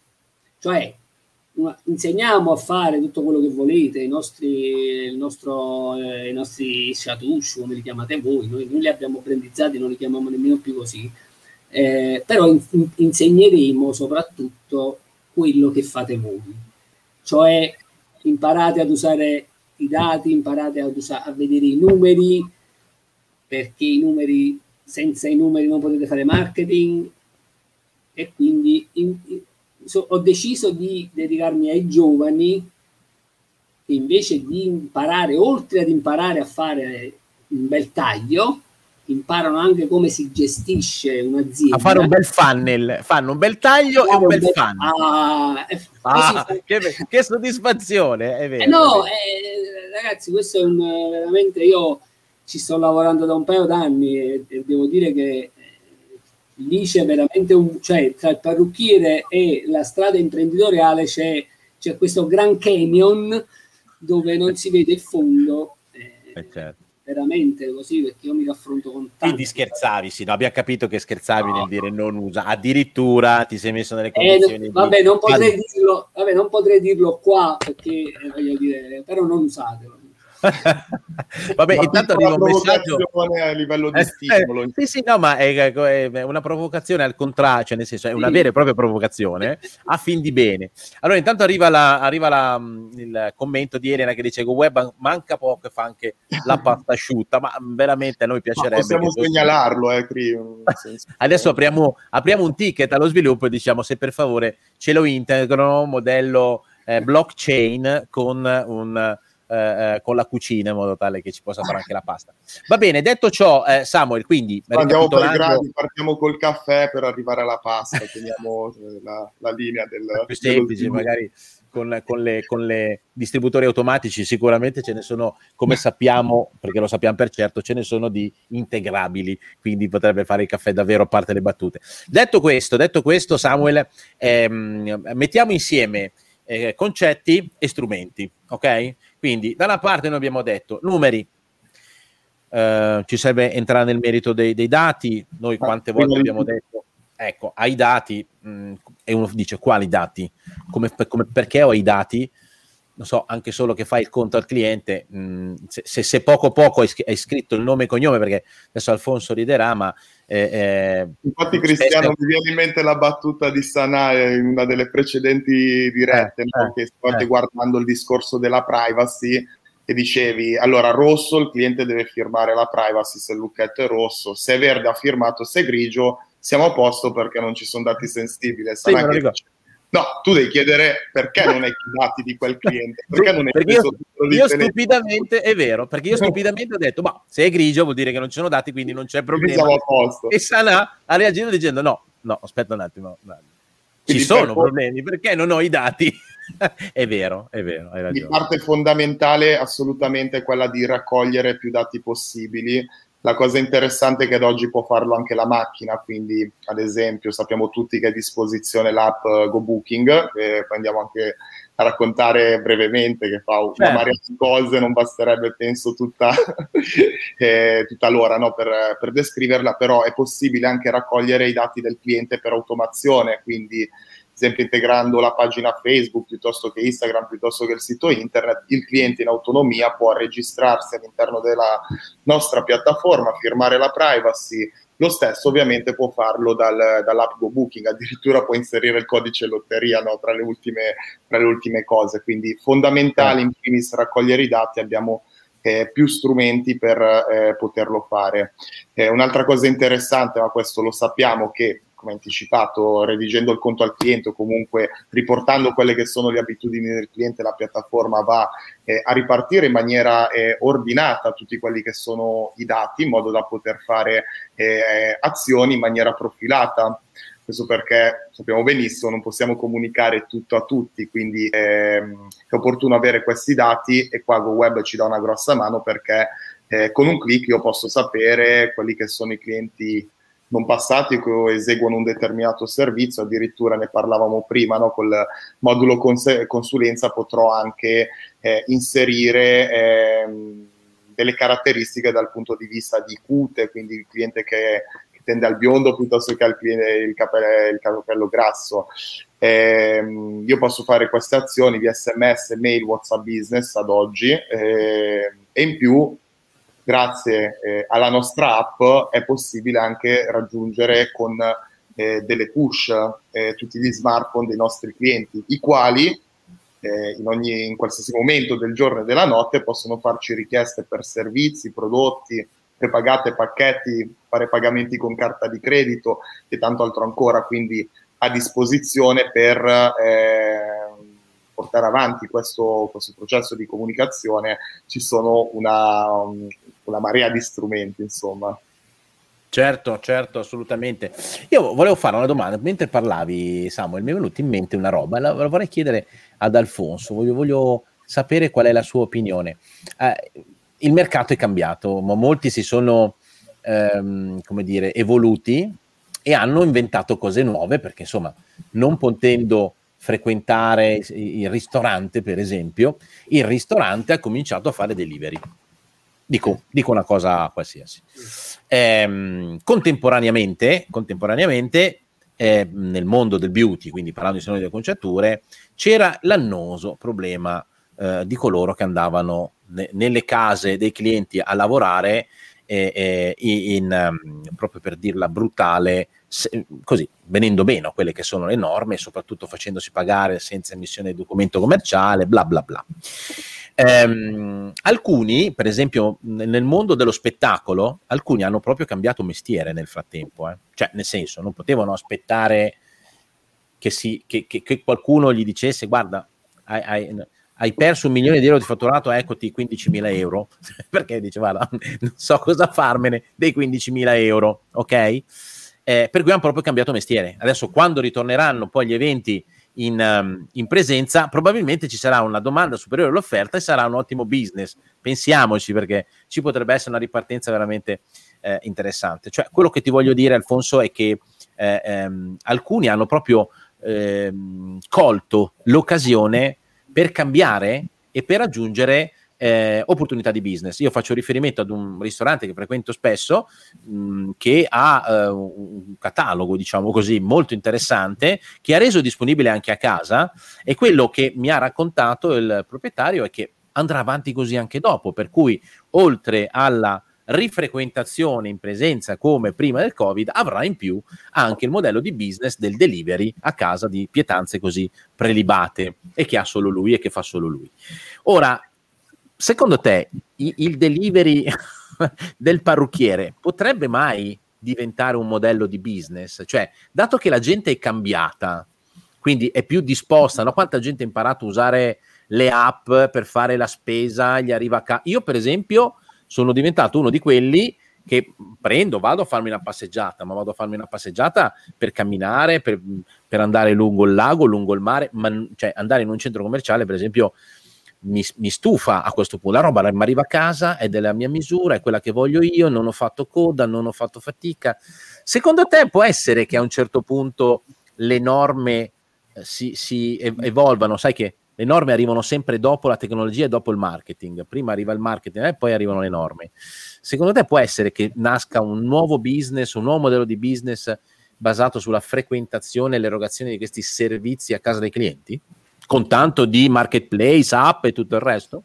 cioè una, insegniamo a fare tutto quello che volete, i nostri, il nostro, eh, i nostri chatouche, come li chiamate voi, noi, noi li abbiamo brandizzati, non li chiamiamo nemmeno più così, eh, però in, in, insegneremo soprattutto quello che fate voi, cioè imparate ad usare i dati, imparate ad usa- a vedere i numeri, perché i numeri, senza i numeri non potete fare marketing, e quindi in, in, so, ho deciso di dedicarmi ai giovani che invece di imparare, oltre ad imparare a fare un bel taglio, imparano anche come si gestisce un'azienda. A fare un bel funnel, fanno un bel taglio e un bel, bel funnel. Ah, ah, fa... che, che soddisfazione, è vero. Eh no, è vero. Eh, ragazzi, questo è un veramente, io ci sto lavorando da un paio d'anni e, e devo dire che lì c'è veramente un, cioè tra il parrucchiere e la strada imprenditoriale c'è, c'è questo Grand Canyon dove non si vede il fondo, eh, eh certo. Veramente così, perché io mi raffronto con tanti. Quindi scherzavi, sì, no, abbiamo capito che scherzavi no. nel dire non usa, addirittura ti sei messo nelle condizioni eh, vabbè, di... non potrei dirlo, vabbè, non potrei dirlo qua perché eh, voglio dire, però non usatelo. Vabbè, ma intanto arriva un messaggio a livello di stimolo. Eh, sì, sì, no, ma è, è una provocazione al contrario, cioè nel senso è una sì. vera e propria provocazione a fin di bene. Allora, intanto arriva, la, arriva la, il commento di Elena che dice che web manca poco e fa anche la pasta asciutta, ma veramente a noi piacerebbe. Ma possiamo segnalarlo, eh, adesso apriamo, apriamo un ticket allo sviluppo e diciamo se per favore ce lo integrano modello eh, blockchain con un Eh, con la cucina in modo tale che ci possa fare anche la pasta. Va bene, detto ciò, eh, Samuel, quindi andiamo per gradi, partiamo col caffè per arrivare alla pasta, teniamo la, la linea del più semplice, magari con, con, le, con le distributori automatici sicuramente ce ne sono, come sappiamo, perché lo sappiamo per certo, ce ne sono di integrabili, quindi potrebbe fare il caffè davvero a parte le battute. Detto questo, detto questo Samuel, ehm, mettiamo insieme eh, concetti e strumenti, ok? Quindi da una parte noi abbiamo detto numeri, eh, ci serve entrare nel merito dei, dei dati, noi quante volte abbiamo detto, ecco, ai dati, mh, e uno dice quali dati, come, come, perché ho i dati, non so, anche solo che fai il conto al cliente, mh, se, se, se poco poco hai, hai scritto il nome e cognome, perché adesso Alfonso riderà, ma... Eh, eh, infatti Cristiano, mi viene in mente la battuta di Sanà in una delle precedenti dirette, eh, no? eh, che stavate eh. guardando il discorso della privacy e dicevi, allora rosso il cliente deve firmare la privacy se il lucchetto è rosso, se è verde ha firmato, se è grigio siamo a posto perché non ci sono dati sensibili. Sanà sì, che dice, no, tu devi chiedere perché non hai i dati di quel cliente, perché non hai perché io, io stupidamente, è vero, perché io stupidamente ho detto, ma se è grigio vuol dire che non ci sono dati, quindi non c'è problema. A posto. E Sanà ha reagito dicendo, no, no, aspetta un attimo, no. ci quindi sono per problemi, perché non ho i dati. È vero, è vero, hai ragione. La parte fondamentale assolutamente è quella di raccogliere più dati possibili. La cosa interessante è che ad oggi può farlo anche la macchina, quindi ad esempio sappiamo tutti che è a disposizione l'app GoBooking, che prendiamo anche a raccontare brevemente, che fa una certo. marea di cose, non basterebbe penso tutta, eh, tutta l'ora, no, per, per descriverla, però è possibile anche raccogliere i dati del cliente per automazione, quindi ad esempio integrando la pagina Facebook piuttosto che Instagram, piuttosto che il sito internet, il cliente in autonomia può registrarsi all'interno della nostra piattaforma, firmare la privacy. Lo stesso ovviamente può farlo dal, dall'app GoBooking, addirittura può inserire il codice lotteria, no, tra le ultime, tra le ultime cose, quindi fondamentale in primis raccogliere i dati, abbiamo eh, più strumenti per eh, poterlo fare. Eh, un'altra cosa interessante, ma questo lo sappiamo, che come anticipato, redigendo il conto al cliente o comunque riportando quelle che sono le abitudini del cliente, la piattaforma va eh, a ripartire in maniera eh, ordinata tutti quelli che sono i dati, in modo da poter fare eh, azioni in maniera profilata. Questo perché sappiamo benissimo, non possiamo comunicare tutto a tutti, quindi ehm, è opportuno avere questi dati, e qua GoWeb ci dà una grossa mano, perché eh, con un click io posso sapere quelli che sono i clienti non passati che eseguono un determinato servizio, addirittura ne parlavamo prima, no? Col modulo cons- consulenza potrò anche eh, inserire eh, delle caratteristiche dal punto di vista di cute, quindi il cliente che, che tende al biondo piuttosto che al cliente, il, capello, il capello grasso. Eh, io posso fare queste azioni via S M S, mail, WhatsApp Business ad oggi, eh, e in più grazie eh, alla nostra app è possibile anche raggiungere con eh, delle push eh, tutti gli smartphone dei nostri clienti, i quali eh, in, ogni, in qualsiasi momento del giorno e della notte possono farci richieste per servizi, prodotti, prepagate, pacchetti, fare pagamenti con carta di credito e tanto altro ancora, quindi a disposizione per eh, portare avanti questo, questo processo di comunicazione ci sono una, una marea di strumenti, insomma. Certo, certo, assolutamente. Io volevo fare una domanda, mentre parlavi, Samuel, mi è venuta in mente una roba, la, la vorrei chiedere ad Alfonso, voglio, voglio sapere qual è la sua opinione. Eh, il mercato è cambiato, ma molti si sono, ehm, come dire, evoluti e hanno inventato cose nuove, perché insomma, non potendo frequentare il ristorante, per esempio, il ristorante ha cominciato a fare delivery. Dico, dico una cosa qualsiasi. Eh, contemporaneamente, contemporaneamente eh, nel mondo del beauty, quindi parlando di saloni delle conciature, c'era l'annoso problema eh, di coloro che andavano ne- nelle case dei clienti a lavorare eh, eh, in, um, proprio per dirla brutale, se, così, venendo meno a quelle che sono le norme, e soprattutto facendosi pagare senza emissione di documento commerciale, bla bla bla. Um, alcuni, per esempio, nel mondo dello spettacolo, alcuni hanno proprio cambiato mestiere nel frattempo, eh? Cioè, nel senso, non potevano aspettare che, si, che, che, che qualcuno gli dicesse: guarda, hai, hai, hai perso un milione di euro di fatturato, eccoti quindicimila euro, perché dice: guarda, non so cosa farmene dei quindicimila euro, ok? Eh, per cui hanno proprio cambiato mestiere. Adesso, quando ritorneranno poi gli eventi In, um, in presenza, probabilmente ci sarà una domanda superiore all'offerta e sarà un ottimo business. Pensiamoci, perché ci potrebbe essere una ripartenza veramente eh, interessante. Cioè, quello che ti voglio dire, Alfonso, è che eh, ehm, alcuni hanno proprio ehm, colto l'occasione per cambiare e per aggiungere eh, opportunità di business. Io faccio riferimento ad un ristorante che frequento spesso, mh, che ha eh, un catalogo, diciamo così, molto interessante, che ha reso disponibile anche a casa, e quello che mi ha raccontato il proprietario è che andrà avanti così anche dopo, per cui oltre alla rifrequentazione in presenza come prima del Covid, avrà in più anche il modello di business del delivery a casa di pietanze così prelibate, e che ha solo lui e che fa solo lui. Ora, secondo te il delivery del parrucchiere potrebbe mai diventare un modello di business? Cioè, dato che la gente è cambiata, quindi è più disposta, no? Quanta gente ha imparato a usare le app per fare la spesa, gli arriva a casa. Io, per esempio, sono diventato uno di quelli che prendo, vado a farmi una passeggiata, ma vado a farmi una passeggiata per camminare, per, per andare lungo il lago, lungo il mare, ma cioè andare in un centro commerciale, per esempio, Mi, mi stufa a questo punto. La roba mi arriva a casa, è della mia misura, è quella che voglio io, non ho fatto coda, non ho fatto fatica. Secondo te può essere che a un certo punto le norme eh, si, si evolvano? Sai che Le norme arrivano sempre dopo la tecnologia e dopo il marketing. Prima arriva il marketing e poi arrivano le norme. Secondo te può essere che nasca un nuovo business, un nuovo modello di business basato sulla frequentazione e l'erogazione di questi servizi a casa dei clienti? Con tanto di marketplace, app e tutto il resto?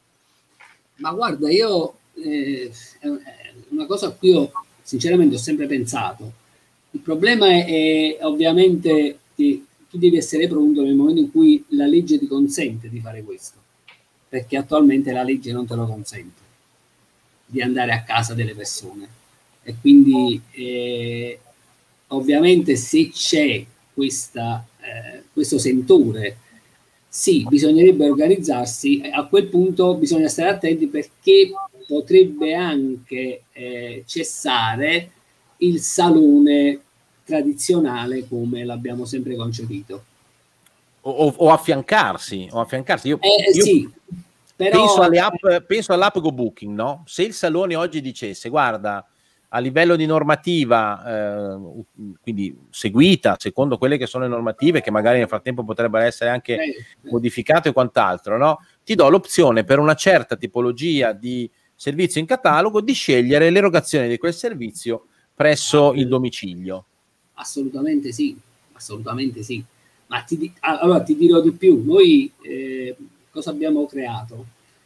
Ma guarda, io eh, è una cosa a cui io sinceramente ho sempre pensato. Il problema è, è ovviamente che tu devi essere pronto nel momento in cui la legge ti consente di fare questo, perché attualmente la legge non te lo consente di andare a casa delle persone, e quindi eh, ovviamente se c'è questa, eh, questo sentore, sì, bisognerebbe organizzarsi. A quel punto bisogna stare attenti, perché potrebbe anche eh, cessare il salone tradizionale come l'abbiamo sempre concepito, o, o, o affiancarsi o affiancarsi io, eh, io sì, però penso alle app, penso all'app Go Booking, no? Se il salone oggi dicesse guarda, a livello di normativa eh, quindi seguita secondo quelle che sono le normative, che magari nel frattempo potrebbero essere anche eh, eh. modificate e quant'altro, no? Ti do l'opzione per una certa tipologia di servizio in catalogo di scegliere l'erogazione di quel servizio presso il domicilio. Assolutamente sì, assolutamente sì. Ma ti, allora ti dirò di più, noi eh, cosa abbiamo creato?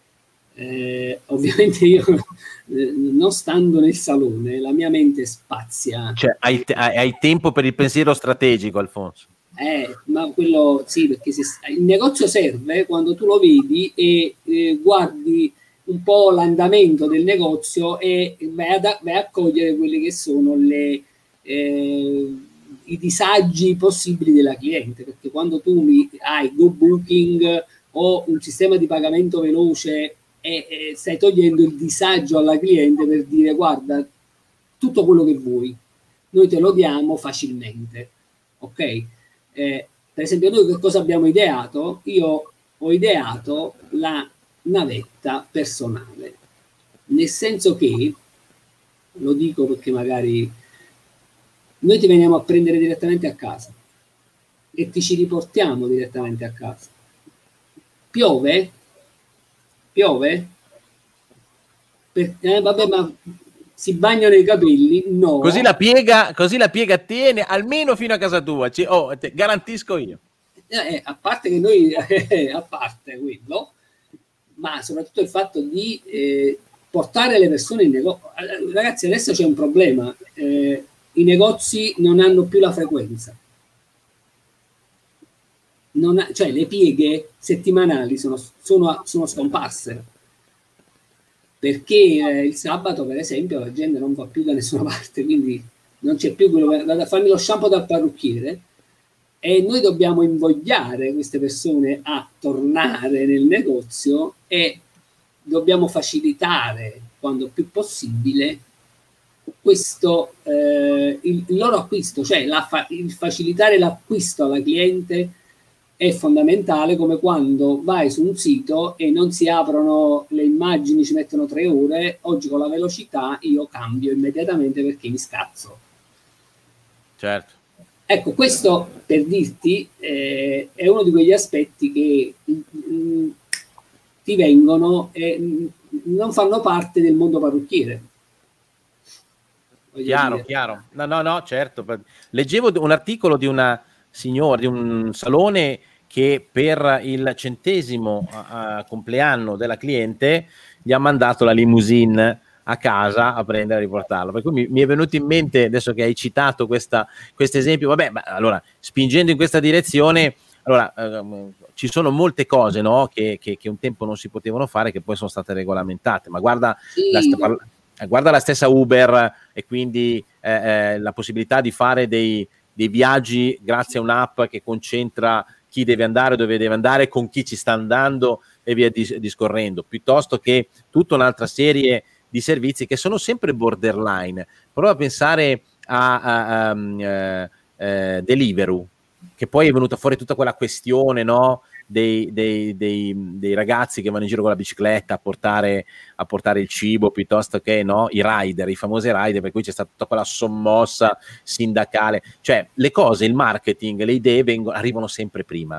Eh, ovviamente io eh, non stando nel salone, la mia mente spazia. Cioè hai, te- hai tempo per il pensiero strategico, Alfonso. Eh, ma quello sì, perché se, il negozio serve quando tu lo vedi e eh, guardi un po' l'andamento del negozio e vai, ad, vai a cogliere quelle che sono le eh, i disagi possibili della cliente, perché quando tu mi hai Go Booking o un sistema di pagamento veloce e, e stai togliendo il disagio alla cliente per dire guarda, tutto quello che vuoi noi te lo diamo facilmente, ok? Eh, per esempio noi che cosa abbiamo ideato? Io ho ideato la navetta personale, nel senso che, lo dico perché magari noi ti veniamo a prendere direttamente a casa e ti ci riportiamo direttamente a casa. Piove? Piove? Per, eh, vabbè, ma si bagnano i capelli? No. Così la piega, così la piega tiene almeno fino a casa tua. Ci, oh, te, garantisco io. Eh, a parte che noi, eh, a parte quello, ma soprattutto il fatto di eh, portare le persone in negozio. Ragazzi, adesso c'è un problema. Eh, I negozi non hanno più la frequenza. Non ha, cioè le pieghe settimanali sono, sono, sono scomparse. Perché eh, il sabato, per esempio, la gente non va più da nessuna parte, quindi non c'è più quello che vado a farmi lo shampoo dal parrucchiere, e noi dobbiamo invogliare queste persone a tornare nel negozio e dobbiamo facilitare quando più possibile questo eh, il, il loro acquisto, cioè la fa- il facilitare l'acquisto alla cliente è fondamentale, come quando vai su un sito e non si aprono le immagini, ci mettono tre ore. Oggi con la velocità io cambio immediatamente perché mi scazzo. Certo. Ecco, questo per dirti eh, è uno di quegli aspetti che mh, ti vengono e mh, non fanno parte del mondo parrucchiere. Voglio Chiaro, dire. chiaro. No, no, no, certo. Leggevo un articolo di una signora, di un salone che per il centesimo uh, compleanno della cliente gli ha mandato la limousine a casa a prendere e riportarlo. Per cui mi, mi è venuto in mente, adesso che hai citato questo esempio, vabbè, ma allora, spingendo in questa direzione, allora, uh, ci sono molte cose, no, che, che, che un tempo non si potevano fare, che poi sono state regolamentate, ma guarda, Sì, la, st- guarda la stessa Uber e quindi eh, eh, la possibilità di fare dei, dei viaggi grazie a un'app che concentra chi deve andare, dove deve andare, con chi ci sta andando e via dis- discorrendo, piuttosto che tutta un'altra serie di servizi che sono sempre borderline. Prova a pensare a, a, a um, eh, eh, Deliveroo, che poi è venuta fuori tutta quella questione, no? Dei, dei, dei, dei ragazzi che vanno in giro con la bicicletta a portare, a portare il cibo, piuttosto che, no, i rider, i famosi rider, per cui c'è stata tutta quella sommossa sindacale. Cioè le cose, il marketing, le idee vengono, arrivano sempre prima,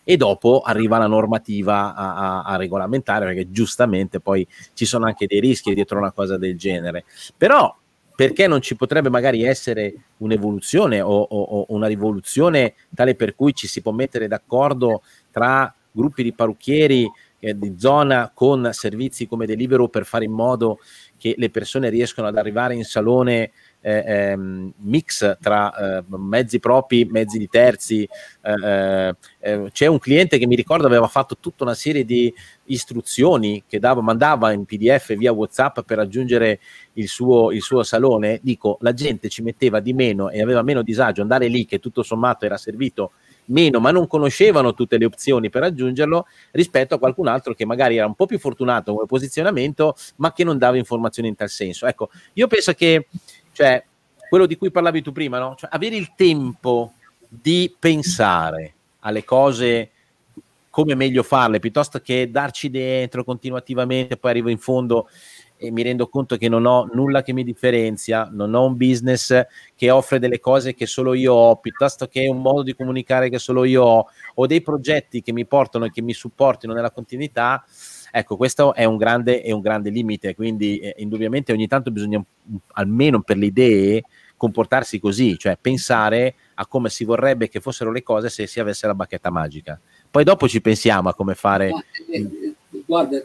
e dopo arriva la normativa a, a, a regolamentare, perché giustamente poi ci sono anche dei rischi dietro una cosa del genere. Però perché non ci potrebbe magari essere un'evoluzione o, o, o una rivoluzione tale per cui ci si può mettere d'accordo tra gruppi di parrucchieri eh, di zona con servizi come Deliveroo per fare in modo che le persone riescano ad arrivare in salone eh, ehm, mix tra eh, mezzi propri, mezzi di terzi. Eh, eh, c'è un cliente che mi ricordo aveva fatto tutta una serie di istruzioni che dava, mandava in P D F via WhatsApp per raggiungere il suo, il suo salone. Dico, la gente ci metteva di meno e aveva meno disagio andare lì, che tutto sommato era servito meno, ma non conoscevano tutte le opzioni per raggiungerlo, rispetto a qualcun altro che magari era un po' più fortunato come posizionamento, ma che non dava informazioni in tal senso. Ecco, io penso che, cioè, quello di cui parlavi tu prima, no? Cioè, avere il tempo di pensare alle cose, come meglio farle, piuttosto che darci dentro continuativamente, poi arrivo in fondo e mi rendo conto che non ho nulla che mi differenzia, non ho un business che offre delle cose che solo io ho, piuttosto che un modo di comunicare che solo io ho, o dei progetti che mi portano e che mi supportino nella continuità. Ecco, questo è un grande, è un grande limite, quindi eh, indubbiamente ogni tanto bisogna, almeno per le idee, comportarsi così, cioè pensare a come si vorrebbe che fossero le cose se si avesse la bacchetta magica. Poi dopo ci pensiamo a come fare. Ma, eh, guarda,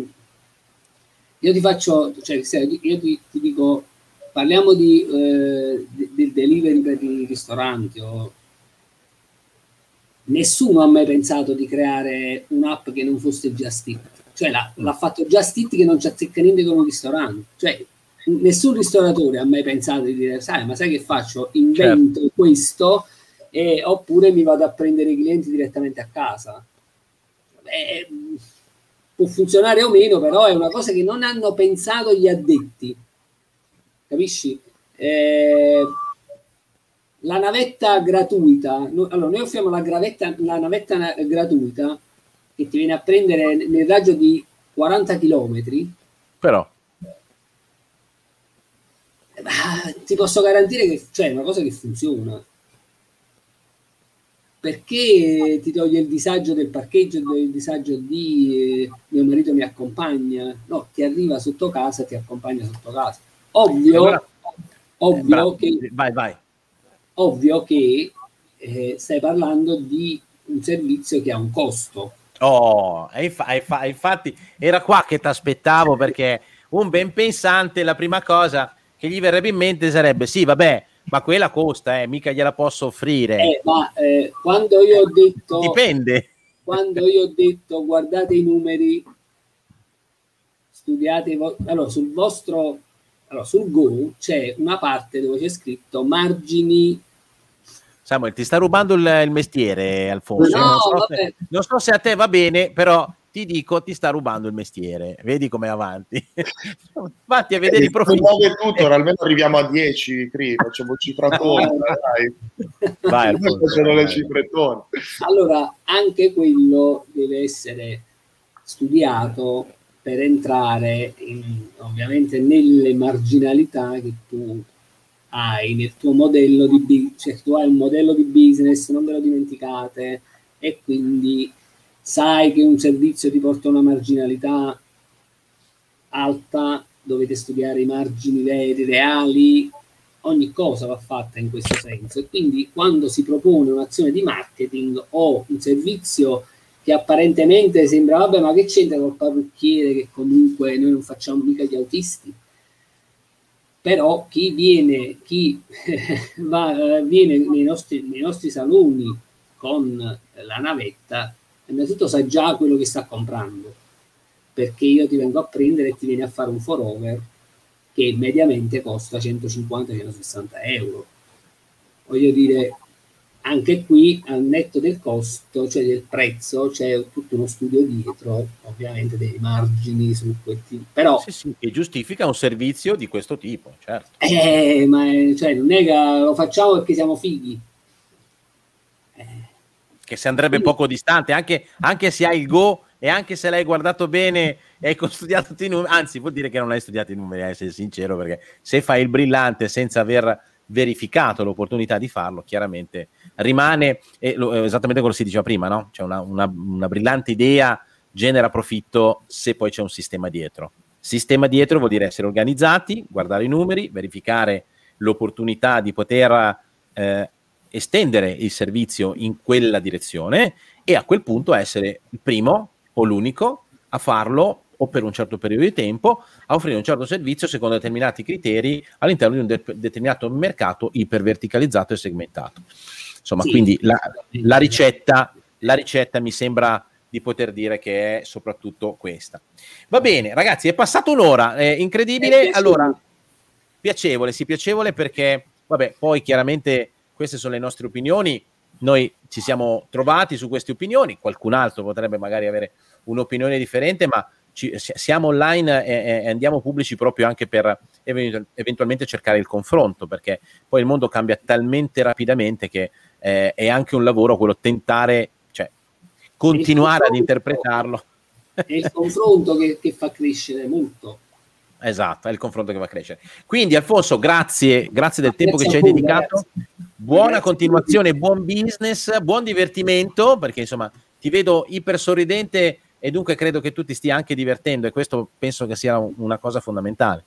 io ti faccio, cioè, io ti, ti dico, parliamo di, eh, del delivery per i ristoranti. O... Nessuno ha mai pensato di creare un'app che non fosse Just Eat. Cioè l'ha, l'ha fatto Just Eat che non c'è azzecca niente con un ristorante. Cioè nessun ristoratore ha mai pensato di dire, sai, ma sai che faccio? Invento certo. questo e, oppure mi vado a prendere i clienti direttamente a casa. Beh, può funzionare o meno, però è una cosa che non hanno pensato gli addetti, capisci? Eh, la navetta gratuita, no, allora noi offriamo la, gravetta, la navetta gratuita che ti viene a prendere nel raggio di quaranta chilometri, però eh, ti posso garantire che c'è cioè, una cosa che funziona, perché ti toglie il disagio del parcheggio, il disagio di eh, mio marito mi accompagna, no, ti arriva sotto casa, ti accompagna sotto casa. Ovvio, allora, ovvio eh, che vai, vai. Ovvio che eh, stai parlando di un servizio che ha un costo. Oh, e inf- e inf- infatti era qua che ti aspettavo, perché un ben pensante la prima cosa che gli verrebbe in mente sarebbe sì, vabbè, ma quella costa, eh, mica gliela posso offrire. Eh, ma eh, quando io ho detto dipende. Quando io ho detto guardate i numeri, studiate, vo- allora sul vostro, allora sul Go c'è una parte dove c'è scritto margini. Samuel, ti sta rubando il, il mestiere, Alfonso. No, non, so se, non so se a te va bene, però ti dico, ti sta rubando il mestiere. Vedi come avanti. Fatti a vedere eh, i profili. Tutto, almeno arriviamo a dieci, Cri, facciamo cifratone. dai. Vai, facciamo le cifretone. Allora, anche quello deve essere studiato per entrare in, ovviamente nelle marginalità che tu hai nel tuo modello di business, cioè tu hai un modello di business, non ve lo dimenticate, e quindi sai che un servizio ti porta a una marginalità alta, dovete studiare i margini veri, reali, ogni cosa va fatta in questo senso, e quindi quando si propone un'azione di marketing o un servizio che apparentemente sembra vabbè, ma che c'entra col parrucchiere, che comunque noi non facciamo mica gli autisti, però chi viene, chi va, viene nei nostri, nei nostri saloni con la navetta, innanzitutto sa già quello che sta comprando, perché io ti vengo a prendere e ti vieni a fare un for over che mediamente costa centocinquanta centosessanta euro. Voglio dire, anche qui al netto del costo, cioè del prezzo, c'è tutto uno studio dietro, ovviamente dei margini su quel tipo, però sì, sì, che giustifica un servizio di questo tipo, certo. Eh, ma cioè, non è che lo facciamo perché siamo fighi. Eh. Che se andrebbe Quindi... poco distante, anche, anche se hai il Go e anche se l'hai guardato bene e hai studiato tutti i numeri, anzi vuol dire che non hai studiato i numeri, a essere sincero, perché se fai il brillante senza aver verificato l'opportunità di farlo, chiaramente rimane eh, lo, esattamente quello che si diceva prima, no? C'è una, una, una brillante idea, genera profitto se poi c'è un sistema dietro. Sistema dietro vuol dire essere organizzati, guardare i numeri, verificare l'opportunità di poter eh, estendere il servizio in quella direzione e a quel punto essere il primo o l'unico a farlo o per un certo periodo di tempo, a offrire un certo servizio secondo determinati criteri all'interno di un de- determinato mercato iperverticalizzato e segmentato. Insomma, sì. Quindi la, la, ricetta, la ricetta mi sembra di poter dire che è soprattutto questa. Va bene, ragazzi, è passata un'ora, è incredibile. È allora, piacevole, sì, piacevole perché, vabbè, poi chiaramente queste sono le nostre opinioni, noi ci siamo trovati su queste opinioni, qualcun altro potrebbe magari avere un'opinione differente, ma ci, siamo online e, e andiamo pubblici proprio anche per eventu- eventualmente cercare il confronto, perché poi il mondo cambia talmente rapidamente che eh, è anche un lavoro quello tentare, cioè continuare ad interpretarlo. È il confronto che, che fa crescere molto. Esatto, è il confronto che va a crescere. Quindi Alfonso, grazie, grazie del tempo grazie che ci hai voi, dedicato. Ragazzi. Buona grazie continuazione, buon business, buon divertimento, perché insomma ti vedo iper sorridente e dunque credo che tu ti stia anche divertendo e questo penso che sia una cosa fondamentale.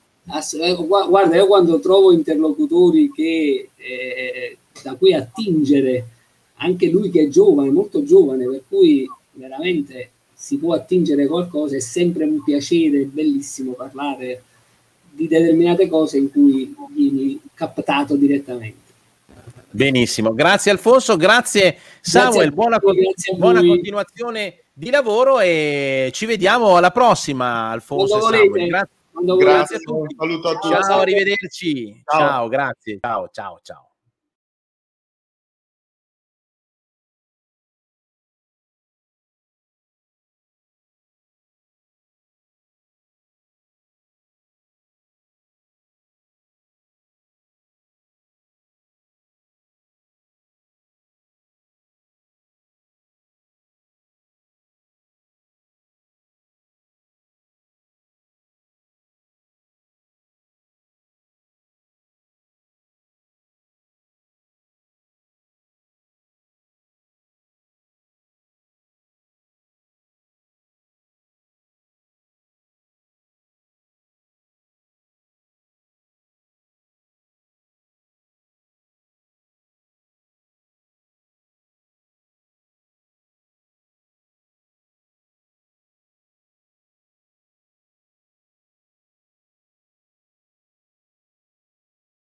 Guarda, io quando trovo interlocutori che eh, da cui attingere, anche lui che è giovane, molto giovane, per cui veramente si può attingere qualcosa, è sempre un piacere, è bellissimo parlare di determinate cose in cui vieni captato direttamente. Benissimo, grazie Alfonso, grazie Samuel, grazie buona, voi, grazie buona continuazione di lavoro e ci vediamo alla prossima Alfonso Quando e Samuel. volete. Grazie, Quando grazie volete. a tutti. Ciao, arrivederci. Ciao. Ciao, grazie. Ciao, ciao, ciao.